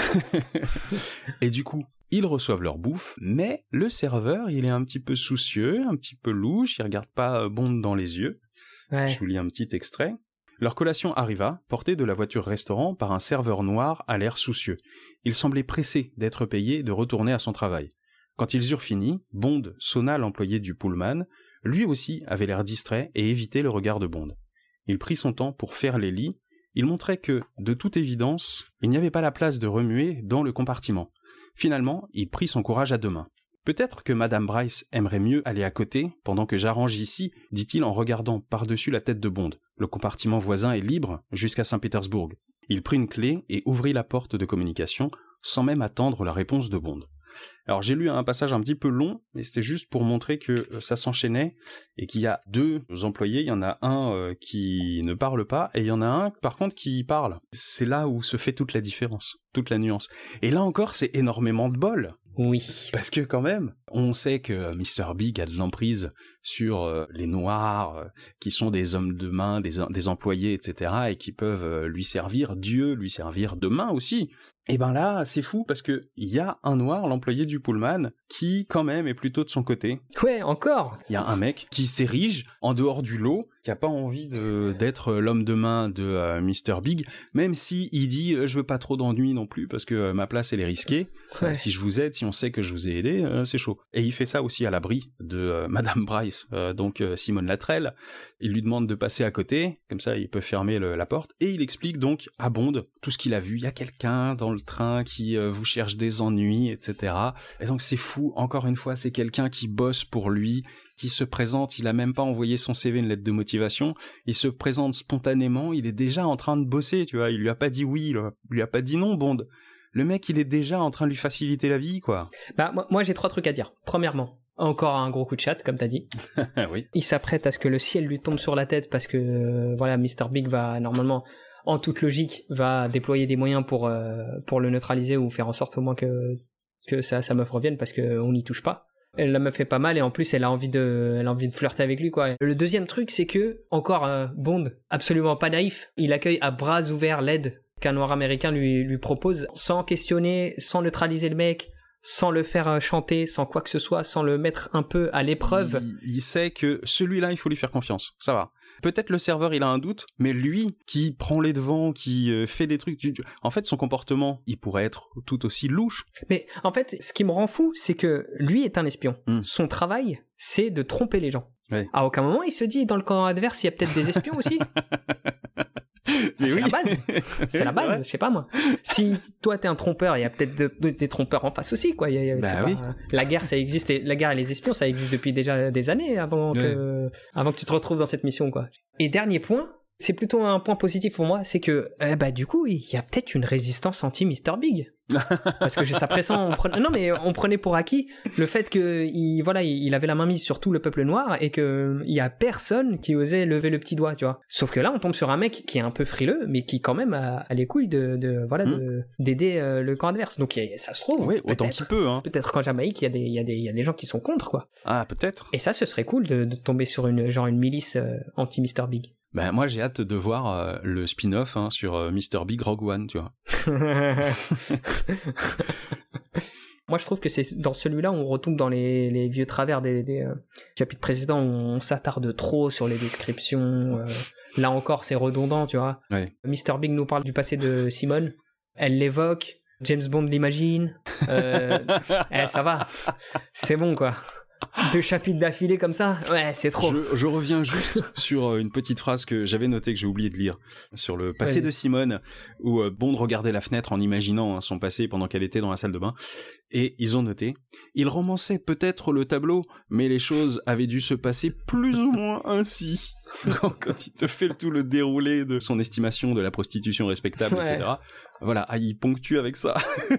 Et du coup, ils reçoivent leur bouffe, mais le serveur, il est un petit peu soucieux, un petit peu louche, il regarde pas Bond dans les yeux. Ouais. Je vous lis un petit extrait. Leur collation arriva, portée de la voiture-restaurant par un serveur noir à l'air soucieux. Il semblait pressé d'être payé et de retourner à son travail. Quand ils eurent fini, Bond sonna l'employé du Pullman. Lui aussi avait l'air distrait et évitait le regard de Bond. Il prit son temps pour faire les lits. Il montrait que, de toute évidence, il n'y avait pas la place de remuer dans le compartiment. Finalement, il prit son courage à deux mains. « Peut-être que Madame Bryce aimerait mieux aller à côté, pendant que j'arrange ici, dit-il en regardant par-dessus la tête de Bond. Le compartiment voisin est libre jusqu'à Saint-Pétersbourg. » Il prit une clé et ouvrit la porte de communication, sans même attendre la réponse de Bond. Alors j'ai lu un passage un petit peu long, mais c'était juste pour montrer que ça s'enchaînait et qu'il y a deux employés, il y en a un euh, qui ne parle pas et il y en a un par contre qui parle. C'est là où se fait toute la différence, toute la nuance. Et là encore, c'est énormément de bol. Oui. Parce que quand même, on sait que mister Big a de l'emprise sur euh, les Noirs, euh, qui sont des hommes de main, des, des employés, et cetera, et qui peuvent euh, lui servir, Dieu lui servir de main aussi. Et ben là, c'est fou parce que il y a un Noir, l'employé du Pullman, qui quand même est plutôt de son côté. Ouais, encore. Il y a un mec qui s'érige en dehors du lot, qui a pas envie de, d'être l'homme de main de euh, mister Big, même si il dit euh, je veux pas trop d'ennuis non plus parce que euh, ma place elle est risquée. Ouais. Euh, si je vous aide, si on sait que je vous ai aidé, euh, c'est chaud. Et il fait ça aussi à l'abri de euh, Madame Bryce, euh, donc euh, Simone Latrelle. Il lui demande de passer à côté, comme ça il peut fermer le, la porte, et il explique donc à Bond tout ce qu'il a vu. Il y a quelqu'un dans le train qui euh, vous cherche des ennuis, et cetera. Et donc c'est fou. Encore une fois, c'est quelqu'un qui bosse pour lui, qui se présente, il a même pas envoyé son C V, une lettre de motivation, il se présente spontanément, il est déjà en train de bosser, tu vois, il lui a pas dit oui, il lui a pas dit non, Bond. Le mec, il est déjà en train de lui faciliter la vie, quoi. Bah, moi, moi j'ai trois trucs à dire. Premièrement, encore un gros coup de chat, comme t'as dit. Oui. Il s'apprête à ce que le ciel lui tombe sur la tête parce que, euh, voilà, mister Big va, normalement, en toute logique, va déployer des moyens pour, euh, pour le neutraliser ou faire en sorte au moins que, que sa, sa meuf revienne parce qu'on n'y touche pas. Elle la meuf fait pas mal et en plus elle a envie de, elle a envie de flirter avec lui, quoi. Le deuxième truc, c'est que, encore euh, Bond, absolument pas naïf, il accueille à bras ouverts l'aide qu'un noir américain lui, lui propose, sans questionner, sans neutraliser le mec, sans le faire chanter, sans quoi que ce soit, sans le mettre un peu à l'épreuve. Il, il sait que celui-là, il faut lui faire confiance, ça va. Peut-être le serveur, il a un doute, mais lui, qui prend les devants, qui euh, fait des trucs... Tu... En fait, son comportement, il pourrait être tout aussi louche. Mais en fait, ce qui me rend fou, c'est que lui est un espion. Mm. Son travail, c'est de tromper les gens. Ouais. À aucun moment, il se dit, dans le camp adverse, il y a peut-être des espions aussi. Mais ah, oui. C'est la base, c'est oui, la base, c'est je sais pas moi. Si toi t'es un trompeur, il y a peut-être de, de, des trompeurs en face aussi, quoi. Il y a, il y a, bah oui. pas, la guerre, ça existe, et, la guerre et les espions, ça existe depuis déjà des années avant ouais. que, avant que tu te retrouves dans cette mission, quoi. Et dernier point, c'est plutôt un point positif pour moi, c'est que, eh bah, du coup, il y a peut-être une résistance anti-mister Big. Parce que juste après ça, on prenait... non mais on prenait pour acquis le fait que il voilà, il avait la main mise sur tout le peuple noir et que il y a personne qui osait lever le petit doigt, tu vois. Sauf que là, on tombe sur un mec qui est un peu frileux, mais qui quand même a, a les couilles de, de voilà mmh. de, d'aider euh, le camp adverse. Donc ça se trouve. Oui, autant qu'il peut. Hein. Peut-être qu'en Jamaïque, il y a des il y a des il y a des gens qui sont contre, quoi. Ah, peut-être. Et ça, ce serait cool de, de tomber sur une genre une milice euh, anti mister Big. Ben moi j'ai hâte de voir euh, le spin-off hein, sur euh, mister Big Rogue One, tu vois. Moi je trouve que c'est dans celui-là on retombe dans les, les vieux travers des, des euh, chapitres précédents où on s'attarde trop sur les descriptions. Euh, là encore c'est redondant, tu vois. Ouais. mister Big nous parle du passé de Simone, elle l'évoque, James Bond l'imagine. Euh, eh, ça va, c'est bon quoi. Deux chapitres d'affilée comme ça, ouais, c'est trop. Je, je reviens juste sur une petite phrase que j'avais notée, que j'ai oublié de lire, sur le passé ouais. de Simone, où Bond regardait la fenêtre en imaginant hein, son passé pendant qu'elle était dans la salle de bain, et ils ont noté, il romançait peut-être le tableau, mais les choses avaient dû se passer plus ou moins ainsi. Donc, quand il te fait tout le déroulé de son estimation de la prostitution respectable, ouais. et cetera, voilà, ah, il ponctue avec ça.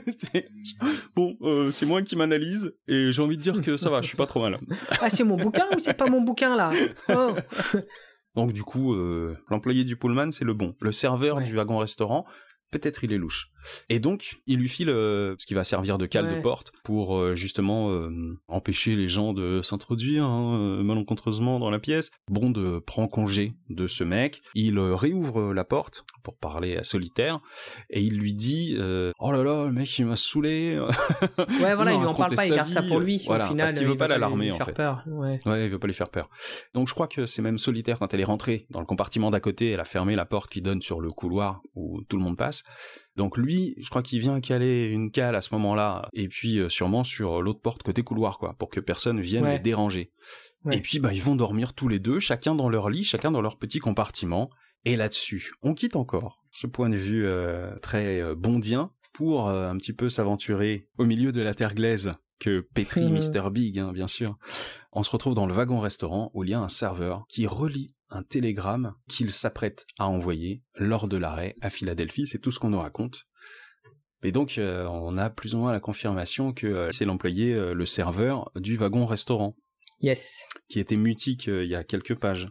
Bon, euh, c'est moi qui m'analyse, et j'ai envie de dire que ça va, je suis pas trop mal. Ah, c'est mon bouquin ou c'est pas mon bouquin, là? Oh. Donc, du coup, euh, l'employé du Pullman, c'est le bon. Le serveur ouais. du wagon-restaurant, peut-être il est louche. Et donc, il lui file euh, ce qui va servir de cale ouais. de porte pour euh, justement euh, empêcher les gens de s'introduire hein, euh, malencontreusement dans la pièce. Bond euh, prend congé de ce mec, il euh, réouvre la porte pour parler à Solitaire et il lui dit euh, « Oh là là, le mec il m'a saoulé !» Ouais voilà, il lui en parle pas, il garde ça pour lui. Voilà, au final, parce qu'il veut pas l'alarmer en fait. Peur. Ouais. ouais, il veut pas lui faire peur. Donc je crois que c'est même Solitaire, quand elle est rentrée dans le compartiment d'à côté, elle a fermé la porte qui donne sur le couloir où tout le monde passe. Donc lui, je crois qu'il vient caler une cale à ce moment-là, et puis euh, sûrement sur l'autre porte côté couloir, quoi, pour que personne vienne ouais. les déranger. Ouais. Et puis bah ils vont dormir tous les deux, chacun dans leur lit, chacun dans leur petit compartiment. Et là-dessus, on quitte encore ce point de vue euh, très euh, bondien pour euh, un petit peu s'aventurer au milieu de la terre glaise que pétrit mmh. mister Big, hein, bien sûr. On se retrouve dans le wagon-restaurant où il y a un serveur qui relit un télégramme qu'il s'apprête à envoyer lors de l'arrêt à Philadelphie. C'est tout ce qu'on nous raconte. Et donc, euh, on a plus ou moins la confirmation que euh, c'est l'employé, euh, le serveur du wagon-restaurant. Yes. Qui était mutique euh, il y a quelques pages.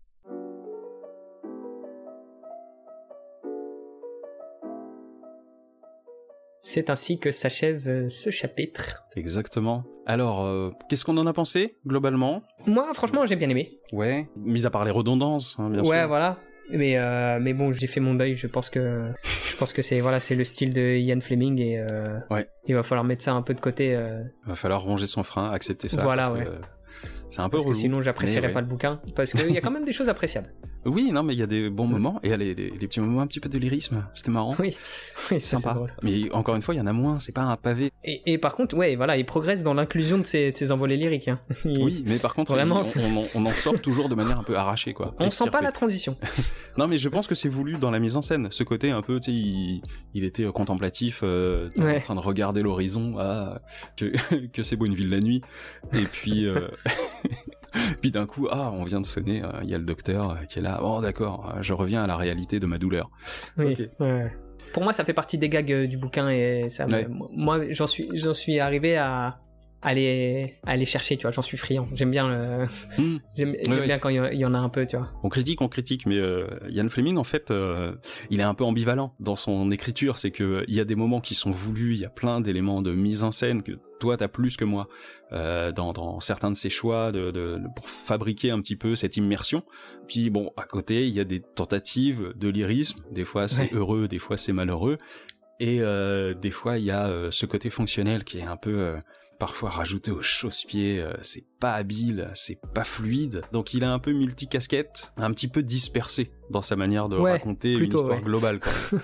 C'est ainsi que s'achève ce chapitre. Exactement. Alors, euh, qu'est-ce qu'on en a pensé, globalement ? Moi, franchement, j'ai bien aimé. Ouais, mis à part les redondances, hein, bien ouais, sûr. Ouais, voilà. Mais, euh, mais bon, j'ai fait mon deuil. Je pense que, je pense que c'est, voilà, c'est le style de Ian Fleming et euh, ouais. il va falloir mettre ça un peu de côté. Euh... Il va falloir ronger son frein, accepter ça. Voilà, parce ouais. que, euh, c'est un peu parce relou. Que sinon, j'apprécierais ouais. pas le bouquin. Parce qu'il y a quand même des choses appréciables. Oui, non, mais il y a des bons moments et il y a les, les, les petits moments un petit peu de lyrisme. C'était marrant. Oui, oui c'est sympa. Mais encore une fois, il y en a moins. C'est pas un pavé. Et, et par contre, ouais, voilà, il progresse dans l'inclusion de ses, de ses envolées lyriques. Hein. Il... Oui, mais par contre, vraiment, il, on, on, on en sort toujours de manière un peu arrachée, quoi. On sent pas la transition. Non, mais je pense que c'est voulu dans la mise en scène. Ce côté un peu, tu sais, il, il était contemplatif, euh, ouais. en train de regarder l'horizon, ah, que, que c'est beau une ville la nuit. Et puis. Euh... Puis d'un coup, ah, on vient de sonner, il euh, y a le docteur qui est là, bon d'accord, je reviens à la réalité de ma douleur. Oui, okay. ouais. Pour moi, ça fait partie des gags du bouquin et ça, ouais. moi, j'en suis, j'en suis arrivé à aller, aller chercher, tu vois, j'en suis friand. J'aime bien le, mmh. j'aime, j'aime ouais, bien ouais. quand il y en a un peu, tu vois. On critique, on critique, mais euh, Ian Fleming, en fait, euh, il est un peu ambivalent dans son écriture. C'est que il y a des moments qui sont voulus, il y a plein d'éléments de mise en scène que toi t'as plus que moi euh, dans, dans certains de ses choix de, de, de, pour fabriquer un petit peu cette immersion. Puis bon, à côté, il y a des tentatives de lyrisme. Des fois, c'est ouais. heureux, des fois, c'est malheureux. Et euh, des fois, il y a euh, ce côté fonctionnel qui est un peu... Euh, parfois rajouté au chausse-pied, euh, c'est pas habile, c'est pas fluide. Donc il a un peu multicasquette, un petit peu dispersé dans sa manière de ouais, raconter plutôt, une histoire ouais. globale. Quoi.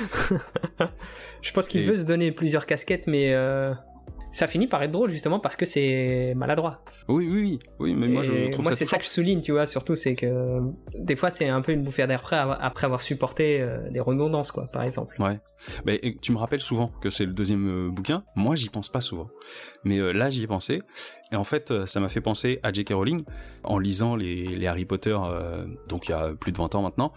Je pense qu'il Et... veut se donner plusieurs casquettes, mais euh, ça finit par être drôle justement parce que c'est maladroit. Oui, oui, oui. oui mais moi, je trouve moi, ça c'est ça que je souligne, tu vois, surtout, c'est que des fois, c'est un peu une bouffée d'air frais après avoir supporté euh, des redondances, quoi, par exemple. Ouais. Mais tu me rappelles souvent que c'est le deuxième euh, bouquin. Moi, j'y pense pas souvent. Mais euh, là, j'y ai pensé. Et en fait, euh, ça m'a fait penser à J K Rowling en lisant les, les Harry Potter, euh, donc il y a plus de vingt ans maintenant.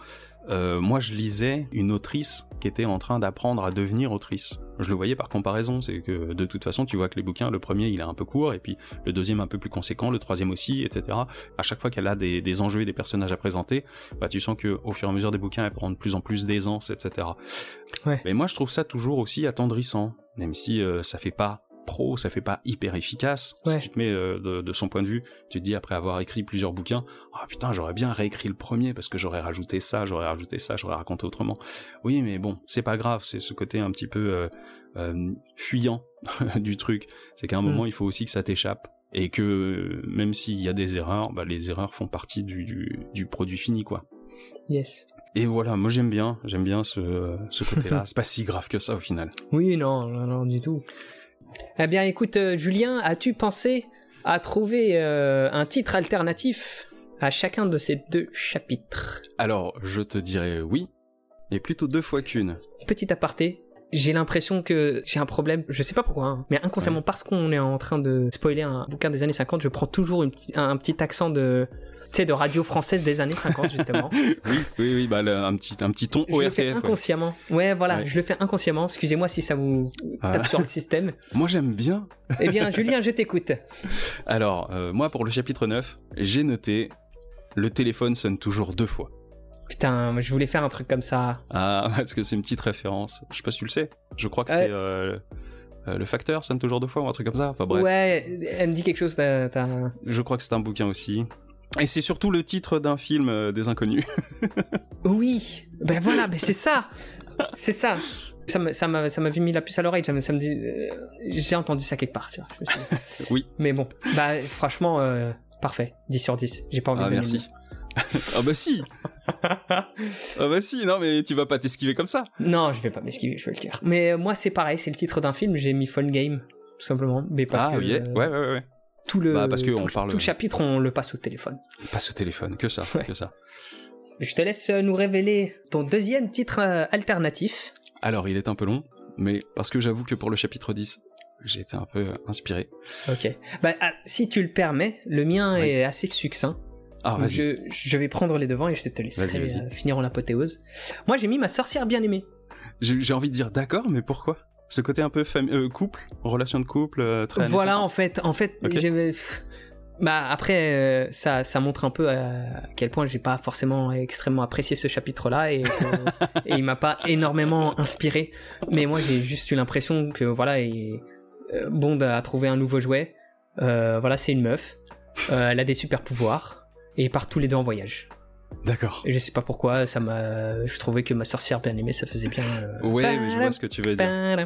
euh, moi je lisais une autrice qui était en train d'apprendre à devenir autrice. Je le voyais par comparaison, c'est que de toute façon tu vois que les bouquins, le premier il est un peu court, et puis le deuxième un peu plus conséquent, le troisième aussi, et cetera. À chaque fois qu'elle a des, des enjeux et des personnages à présenter, bah tu sens que au fur et à mesure des bouquins, elle prend de plus en plus d'aisance, et cetera. Ouais. Mais moi je trouve ça toujours aussi attendrissant, même si euh, ça fait pas pro, ça fait pas hyper efficace. Ouais. Si tu te mets euh, de, de son point de vue, tu te dis après avoir écrit plusieurs bouquins, ah oh, putain j'aurais bien réécrit le premier parce que j'aurais rajouté ça, j'aurais rajouté ça, j'aurais raconté autrement. Oui mais bon, c'est pas grave, c'est ce côté un petit peu euh, euh, fuyant du truc. C'est qu'à un moment mmh. il faut aussi que ça t'échappe et que même s'il y a des erreurs, bah, les erreurs font partie du, du, du produit fini quoi. Yes. Et voilà, moi j'aime bien, j'aime bien ce, ce côté-là. C'est pas si grave que ça au final. Oui non, non, non du tout. Eh bien, écoute, euh, Julien, as-tu pensé à trouver euh, un titre alternatif à chacun de ces deux chapitres ? Alors, je te dirais oui, mais plutôt deux fois qu'une. Petit aparté, j'ai l'impression que j'ai un problème, je sais pas pourquoi, hein, mais inconsciemment, ouais. parce qu'on est en train de spoiler un bouquin des années cinquante, je prends toujours une petite, un, un petit accent de... Tu sais, de radio française des années cinquante, justement. oui, oui, oui, bah, le, un, petit, un petit ton O R T F. Je le fais inconsciemment. Ouais, ouais voilà, ouais. je le fais inconsciemment. Excusez-moi si ça vous tape ah. sur le système. Moi, j'aime bien. Eh bien, Julien, je t'écoute. Alors, euh, moi, pour le chapitre neuf, j'ai noté « Le téléphone sonne toujours deux fois ». Putain, je voulais faire un truc comme ça. Ah, parce que c'est une petite référence. Je sais pas si tu le sais. Je crois que euh... c'est... Euh... Euh, le facteur sonne toujours deux fois ou un truc comme ça. Enfin bref. Ouais, elle me dit quelque chose. T'as, t'as... Je crois que c'est un bouquin aussi. Et c'est surtout le titre d'un film euh, des Inconnus. Oui, ben voilà, ben c'est ça, c'est ça. Ça, m'a, ça, m'a, ça m'avait mis la puce à l'oreille. Ça me, ça me dit, euh, j'ai entendu ça quelque part. Tu vois, je me suis... Oui. Mais bon, bah franchement, euh, parfait, dix sur dix. J'ai pas envie ah, de. Merci. Ah bah si. Ah bah si, non mais tu vas pas t'esquiver comme ça. Non, je vais pas m'esquiver, je vais le dire. Mais euh, moi c'est pareil, c'est le titre d'un film. J'ai mis Fun Game, tout simplement. Mais parce ah que, oui, euh, ouais, ouais, ouais. Tout le, bah parce que tout, on parle... tout le chapitre, on le passe au téléphone. On passe au téléphone, que ça, ouais. que ça. Je te laisse nous révéler ton deuxième titre euh, alternatif. Alors, il est un peu long, mais parce que j'avoue que pour le chapitre dix, j'ai été un peu inspiré. Ok. Bah, ah, si tu le permets, le mien oui. est assez succinct. Ah, vas-y. Je, je vais prendre les devants et je te laisserai vas-y, vas-y. finir en apothéose. Moi, j'ai mis Ma sorcière bien-aimée. J'ai, j'ai envie de dire d'accord, mais pourquoi ? Ce côté un peu fami- euh, couple, relation de couple, euh, très voilà, en fait, en fait, okay. j'ai... bah après, euh, ça, ça montre un peu à quel point j'ai pas forcément extrêmement apprécié ce chapitre-là et, que, et il m'a pas énormément inspiré. Mais moi, j'ai juste eu l'impression que voilà, et, euh, Bond a trouvé un nouveau jouet. Euh, voilà, c'est une meuf. Euh, elle a des super pouvoirs et ils partent tous les deux en voyage. D'accord. Et je sais pas pourquoi, ça m'a. Je trouvais que Ma sorcière bien aimée, ça faisait bien. Euh... Ouais, mais je vois ce que tu veux dire.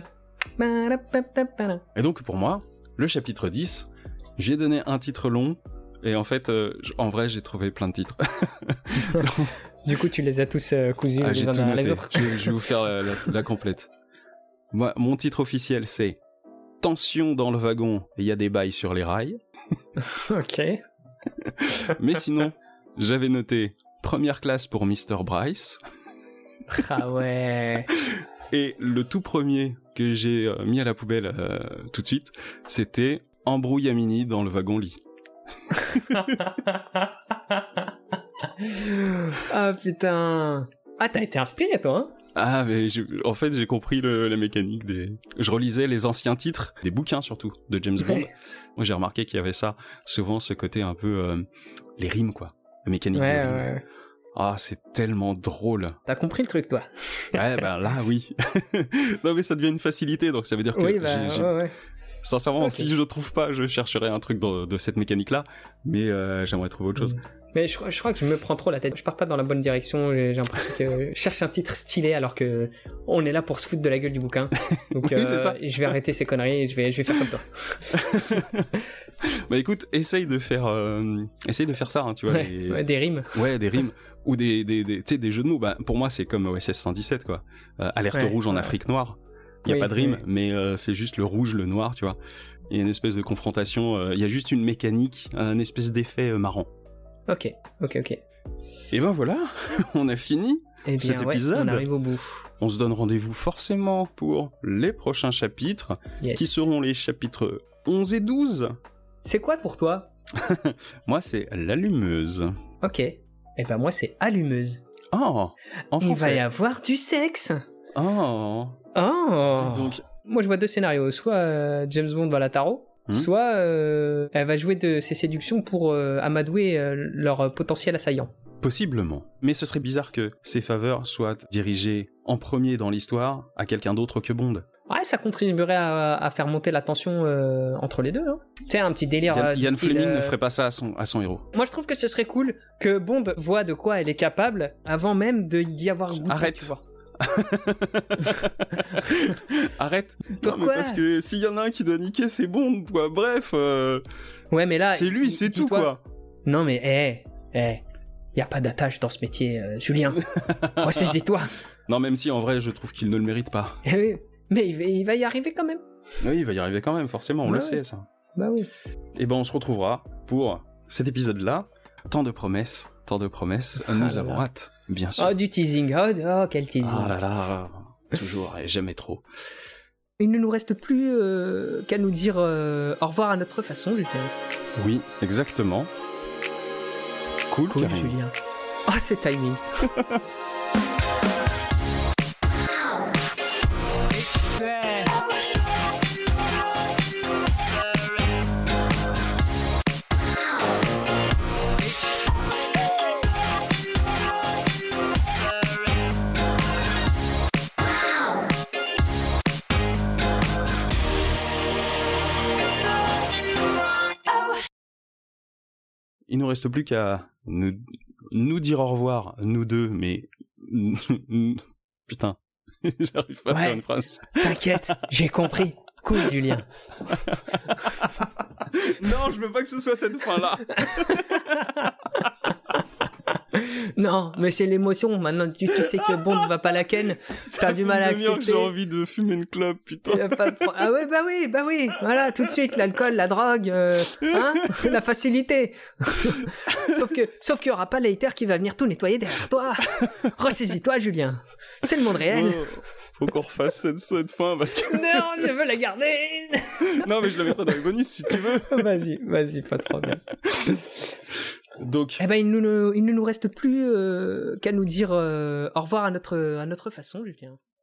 Et donc pour moi, le chapitre dix, j'ai donné un titre long, et en fait, euh, en vrai, j'ai trouvé plein de titres. Du coup, tu les as tous euh, cousus ah, les uns derrière les autres. je, je vais vous faire la, la, la complète. Moi, mon titre officiel, c'est Tension dans le wagon, il y a des bails sur les rails. Ok. Mais sinon, j'avais noté Première classe pour mister Bryce. Ah ouais. Et le tout premier que j'ai euh, mis à la poubelle euh, tout de suite, c'était Embrouille à Mini dans le wagon lit. Ah putain. Ah t'as été inspiré toi hein. Ah mais j'ai, en fait j'ai compris le, la mécanique des... Je relisais les anciens titres, des bouquins surtout, de James Bond. Ouais. Moi j'ai remarqué qu'il y avait ça, souvent ce côté un peu... Euh, les rimes quoi, la mécanique ouais, des rimes. Ouais. Ah, c'est tellement drôle. T'as compris le truc, toi. Ouais, ben là, oui. Non, mais ça devient une facilité, donc ça veut dire que... Oui, bah, j'ai, j'ai... Ouais, ouais. Sincèrement, okay. Si je le trouve pas, je chercherai un truc de, de cette mécanique-là, mais euh, j'aimerais trouver autre chose. Mais je, je crois que je me prends trop la tête. Je pars pas dans la bonne direction, j'ai, j'ai l'impression que je cherche un titre stylé alors que on est là pour se foutre de la gueule du bouquin. Donc, oui, euh, c'est ça. Je vais arrêter ces conneries et je vais, je vais faire comme toi. Bah écoute, essaye de faire, euh, essaye de faire ça, hein, tu vois. Ouais, les... ouais, des rimes. Ouais, des rimes. Ou des, des, des, tu sais, des jeux de mots. Bah, pour moi, c'est comme O S S cent dix-sept, quoi. Euh, alerte ouais, rouge en ouais. Afrique noire. Il y a oui, pas de rime, oui. mais euh, c'est juste le rouge, le noir, tu vois. Il y a une espèce de confrontation. Il euh, y a juste une mécanique, un espèce d'effet euh, marrant. Ok, ok, ok. Et ben voilà, on a fini eh bien, cet ouais, épisode. On arrive au bout. On se donne rendez-vous forcément pour les prochains chapitres, yes. qui seront les chapitres onze et douze. C'est quoi pour toi? Moi, c'est l'allumeuse. Ok. Et eh ben moi, c'est allumeuse. Oh, en français. Il va y avoir du sexe. Oh. Oh. Dis donc. Moi, je vois deux scénarios. Soit euh, James Bond va la tarot, Hmm. soit euh, elle va jouer de ses séductions pour euh, amadouer euh, leur potentiel assaillant. Possiblement. Mais ce serait bizarre que ses faveurs soient dirigées en premier dans l'histoire à quelqu'un d'autre que Bond. Ouais, ça contribuerait à, à faire monter la tension euh, entre les deux. Hein. Tu sais, un petit délire. Ian, euh, du Ian style, Fleming euh, ne ferait pas ça à son, à son héros. Moi, je trouve que ce serait cool que Bond voit de quoi elle est capable avant même de d'y avoir goûté. Arrête. Tu vois. Arrête. Pourquoi ? Non, mais parce que s'il y en a un qui doit niquer, c'est Bond, quoi. Bref, euh, Ouais, mais là. c'est lui, il- c'est tout, dis-toi- quoi. Non, mais hé, hé, y a pas d'attache dans ce métier, euh, Julien. Ressaisis-toi. Non, même si en vrai, je trouve qu'il ne le mérite pas. Eh oui, mais il va, il va y arriver quand même. Oui, il va y arriver quand même, forcément, on Ouais. le sait, ça. Bah oui. Et ben, on se retrouvera pour cet épisode-là. Tant de promesses, tant de promesses. Nous là avons là. hâte, bien sûr. Oh, du teasing. Oh, oh, quel teasing. Ah là là, toujours et jamais trop. Il ne nous reste plus euh, qu'à nous dire euh, au revoir à notre façon, Julien. Oui, exactement. Cool, Cool, Karine. Julien. Oh, ce timing. Il nous reste plus qu'à nous, nous dire au revoir, nous deux, mais... Putain, j'arrive pas à Ouais. faire une phrase. T'inquiète, j'ai compris. Cool, Julien. Non, je veux pas que ce soit cette fin-là. Non, mais c'est l'émotion. Maintenant, tu, tu sais que Bond va pas la ken. T'as du mal à Ça fait une demi-heure que accepter. j'ai envie de fumer une clope, putain. Y a pas de pro- Ah ouais, bah oui, bah oui. Voilà, tout de suite, l'alcool, la drogue, euh, hein, la facilité. sauf que, sauf qu'il y aura pas Leiter qui va venir tout nettoyer derrière toi. Ressaisis-toi, Julien. C'est le monde réel. Oh, faut qu'on refasse cette, cette fin, parce que... Non, je veux la garder. Non, mais je la mettrai dans les bonus, si tu veux. Vas-y, vas-y, pas trop bien. Donc, Eh ben, il ne nous, il ne nous reste plus euh, qu'à nous dire euh, au revoir à notre, à notre façon, Julien.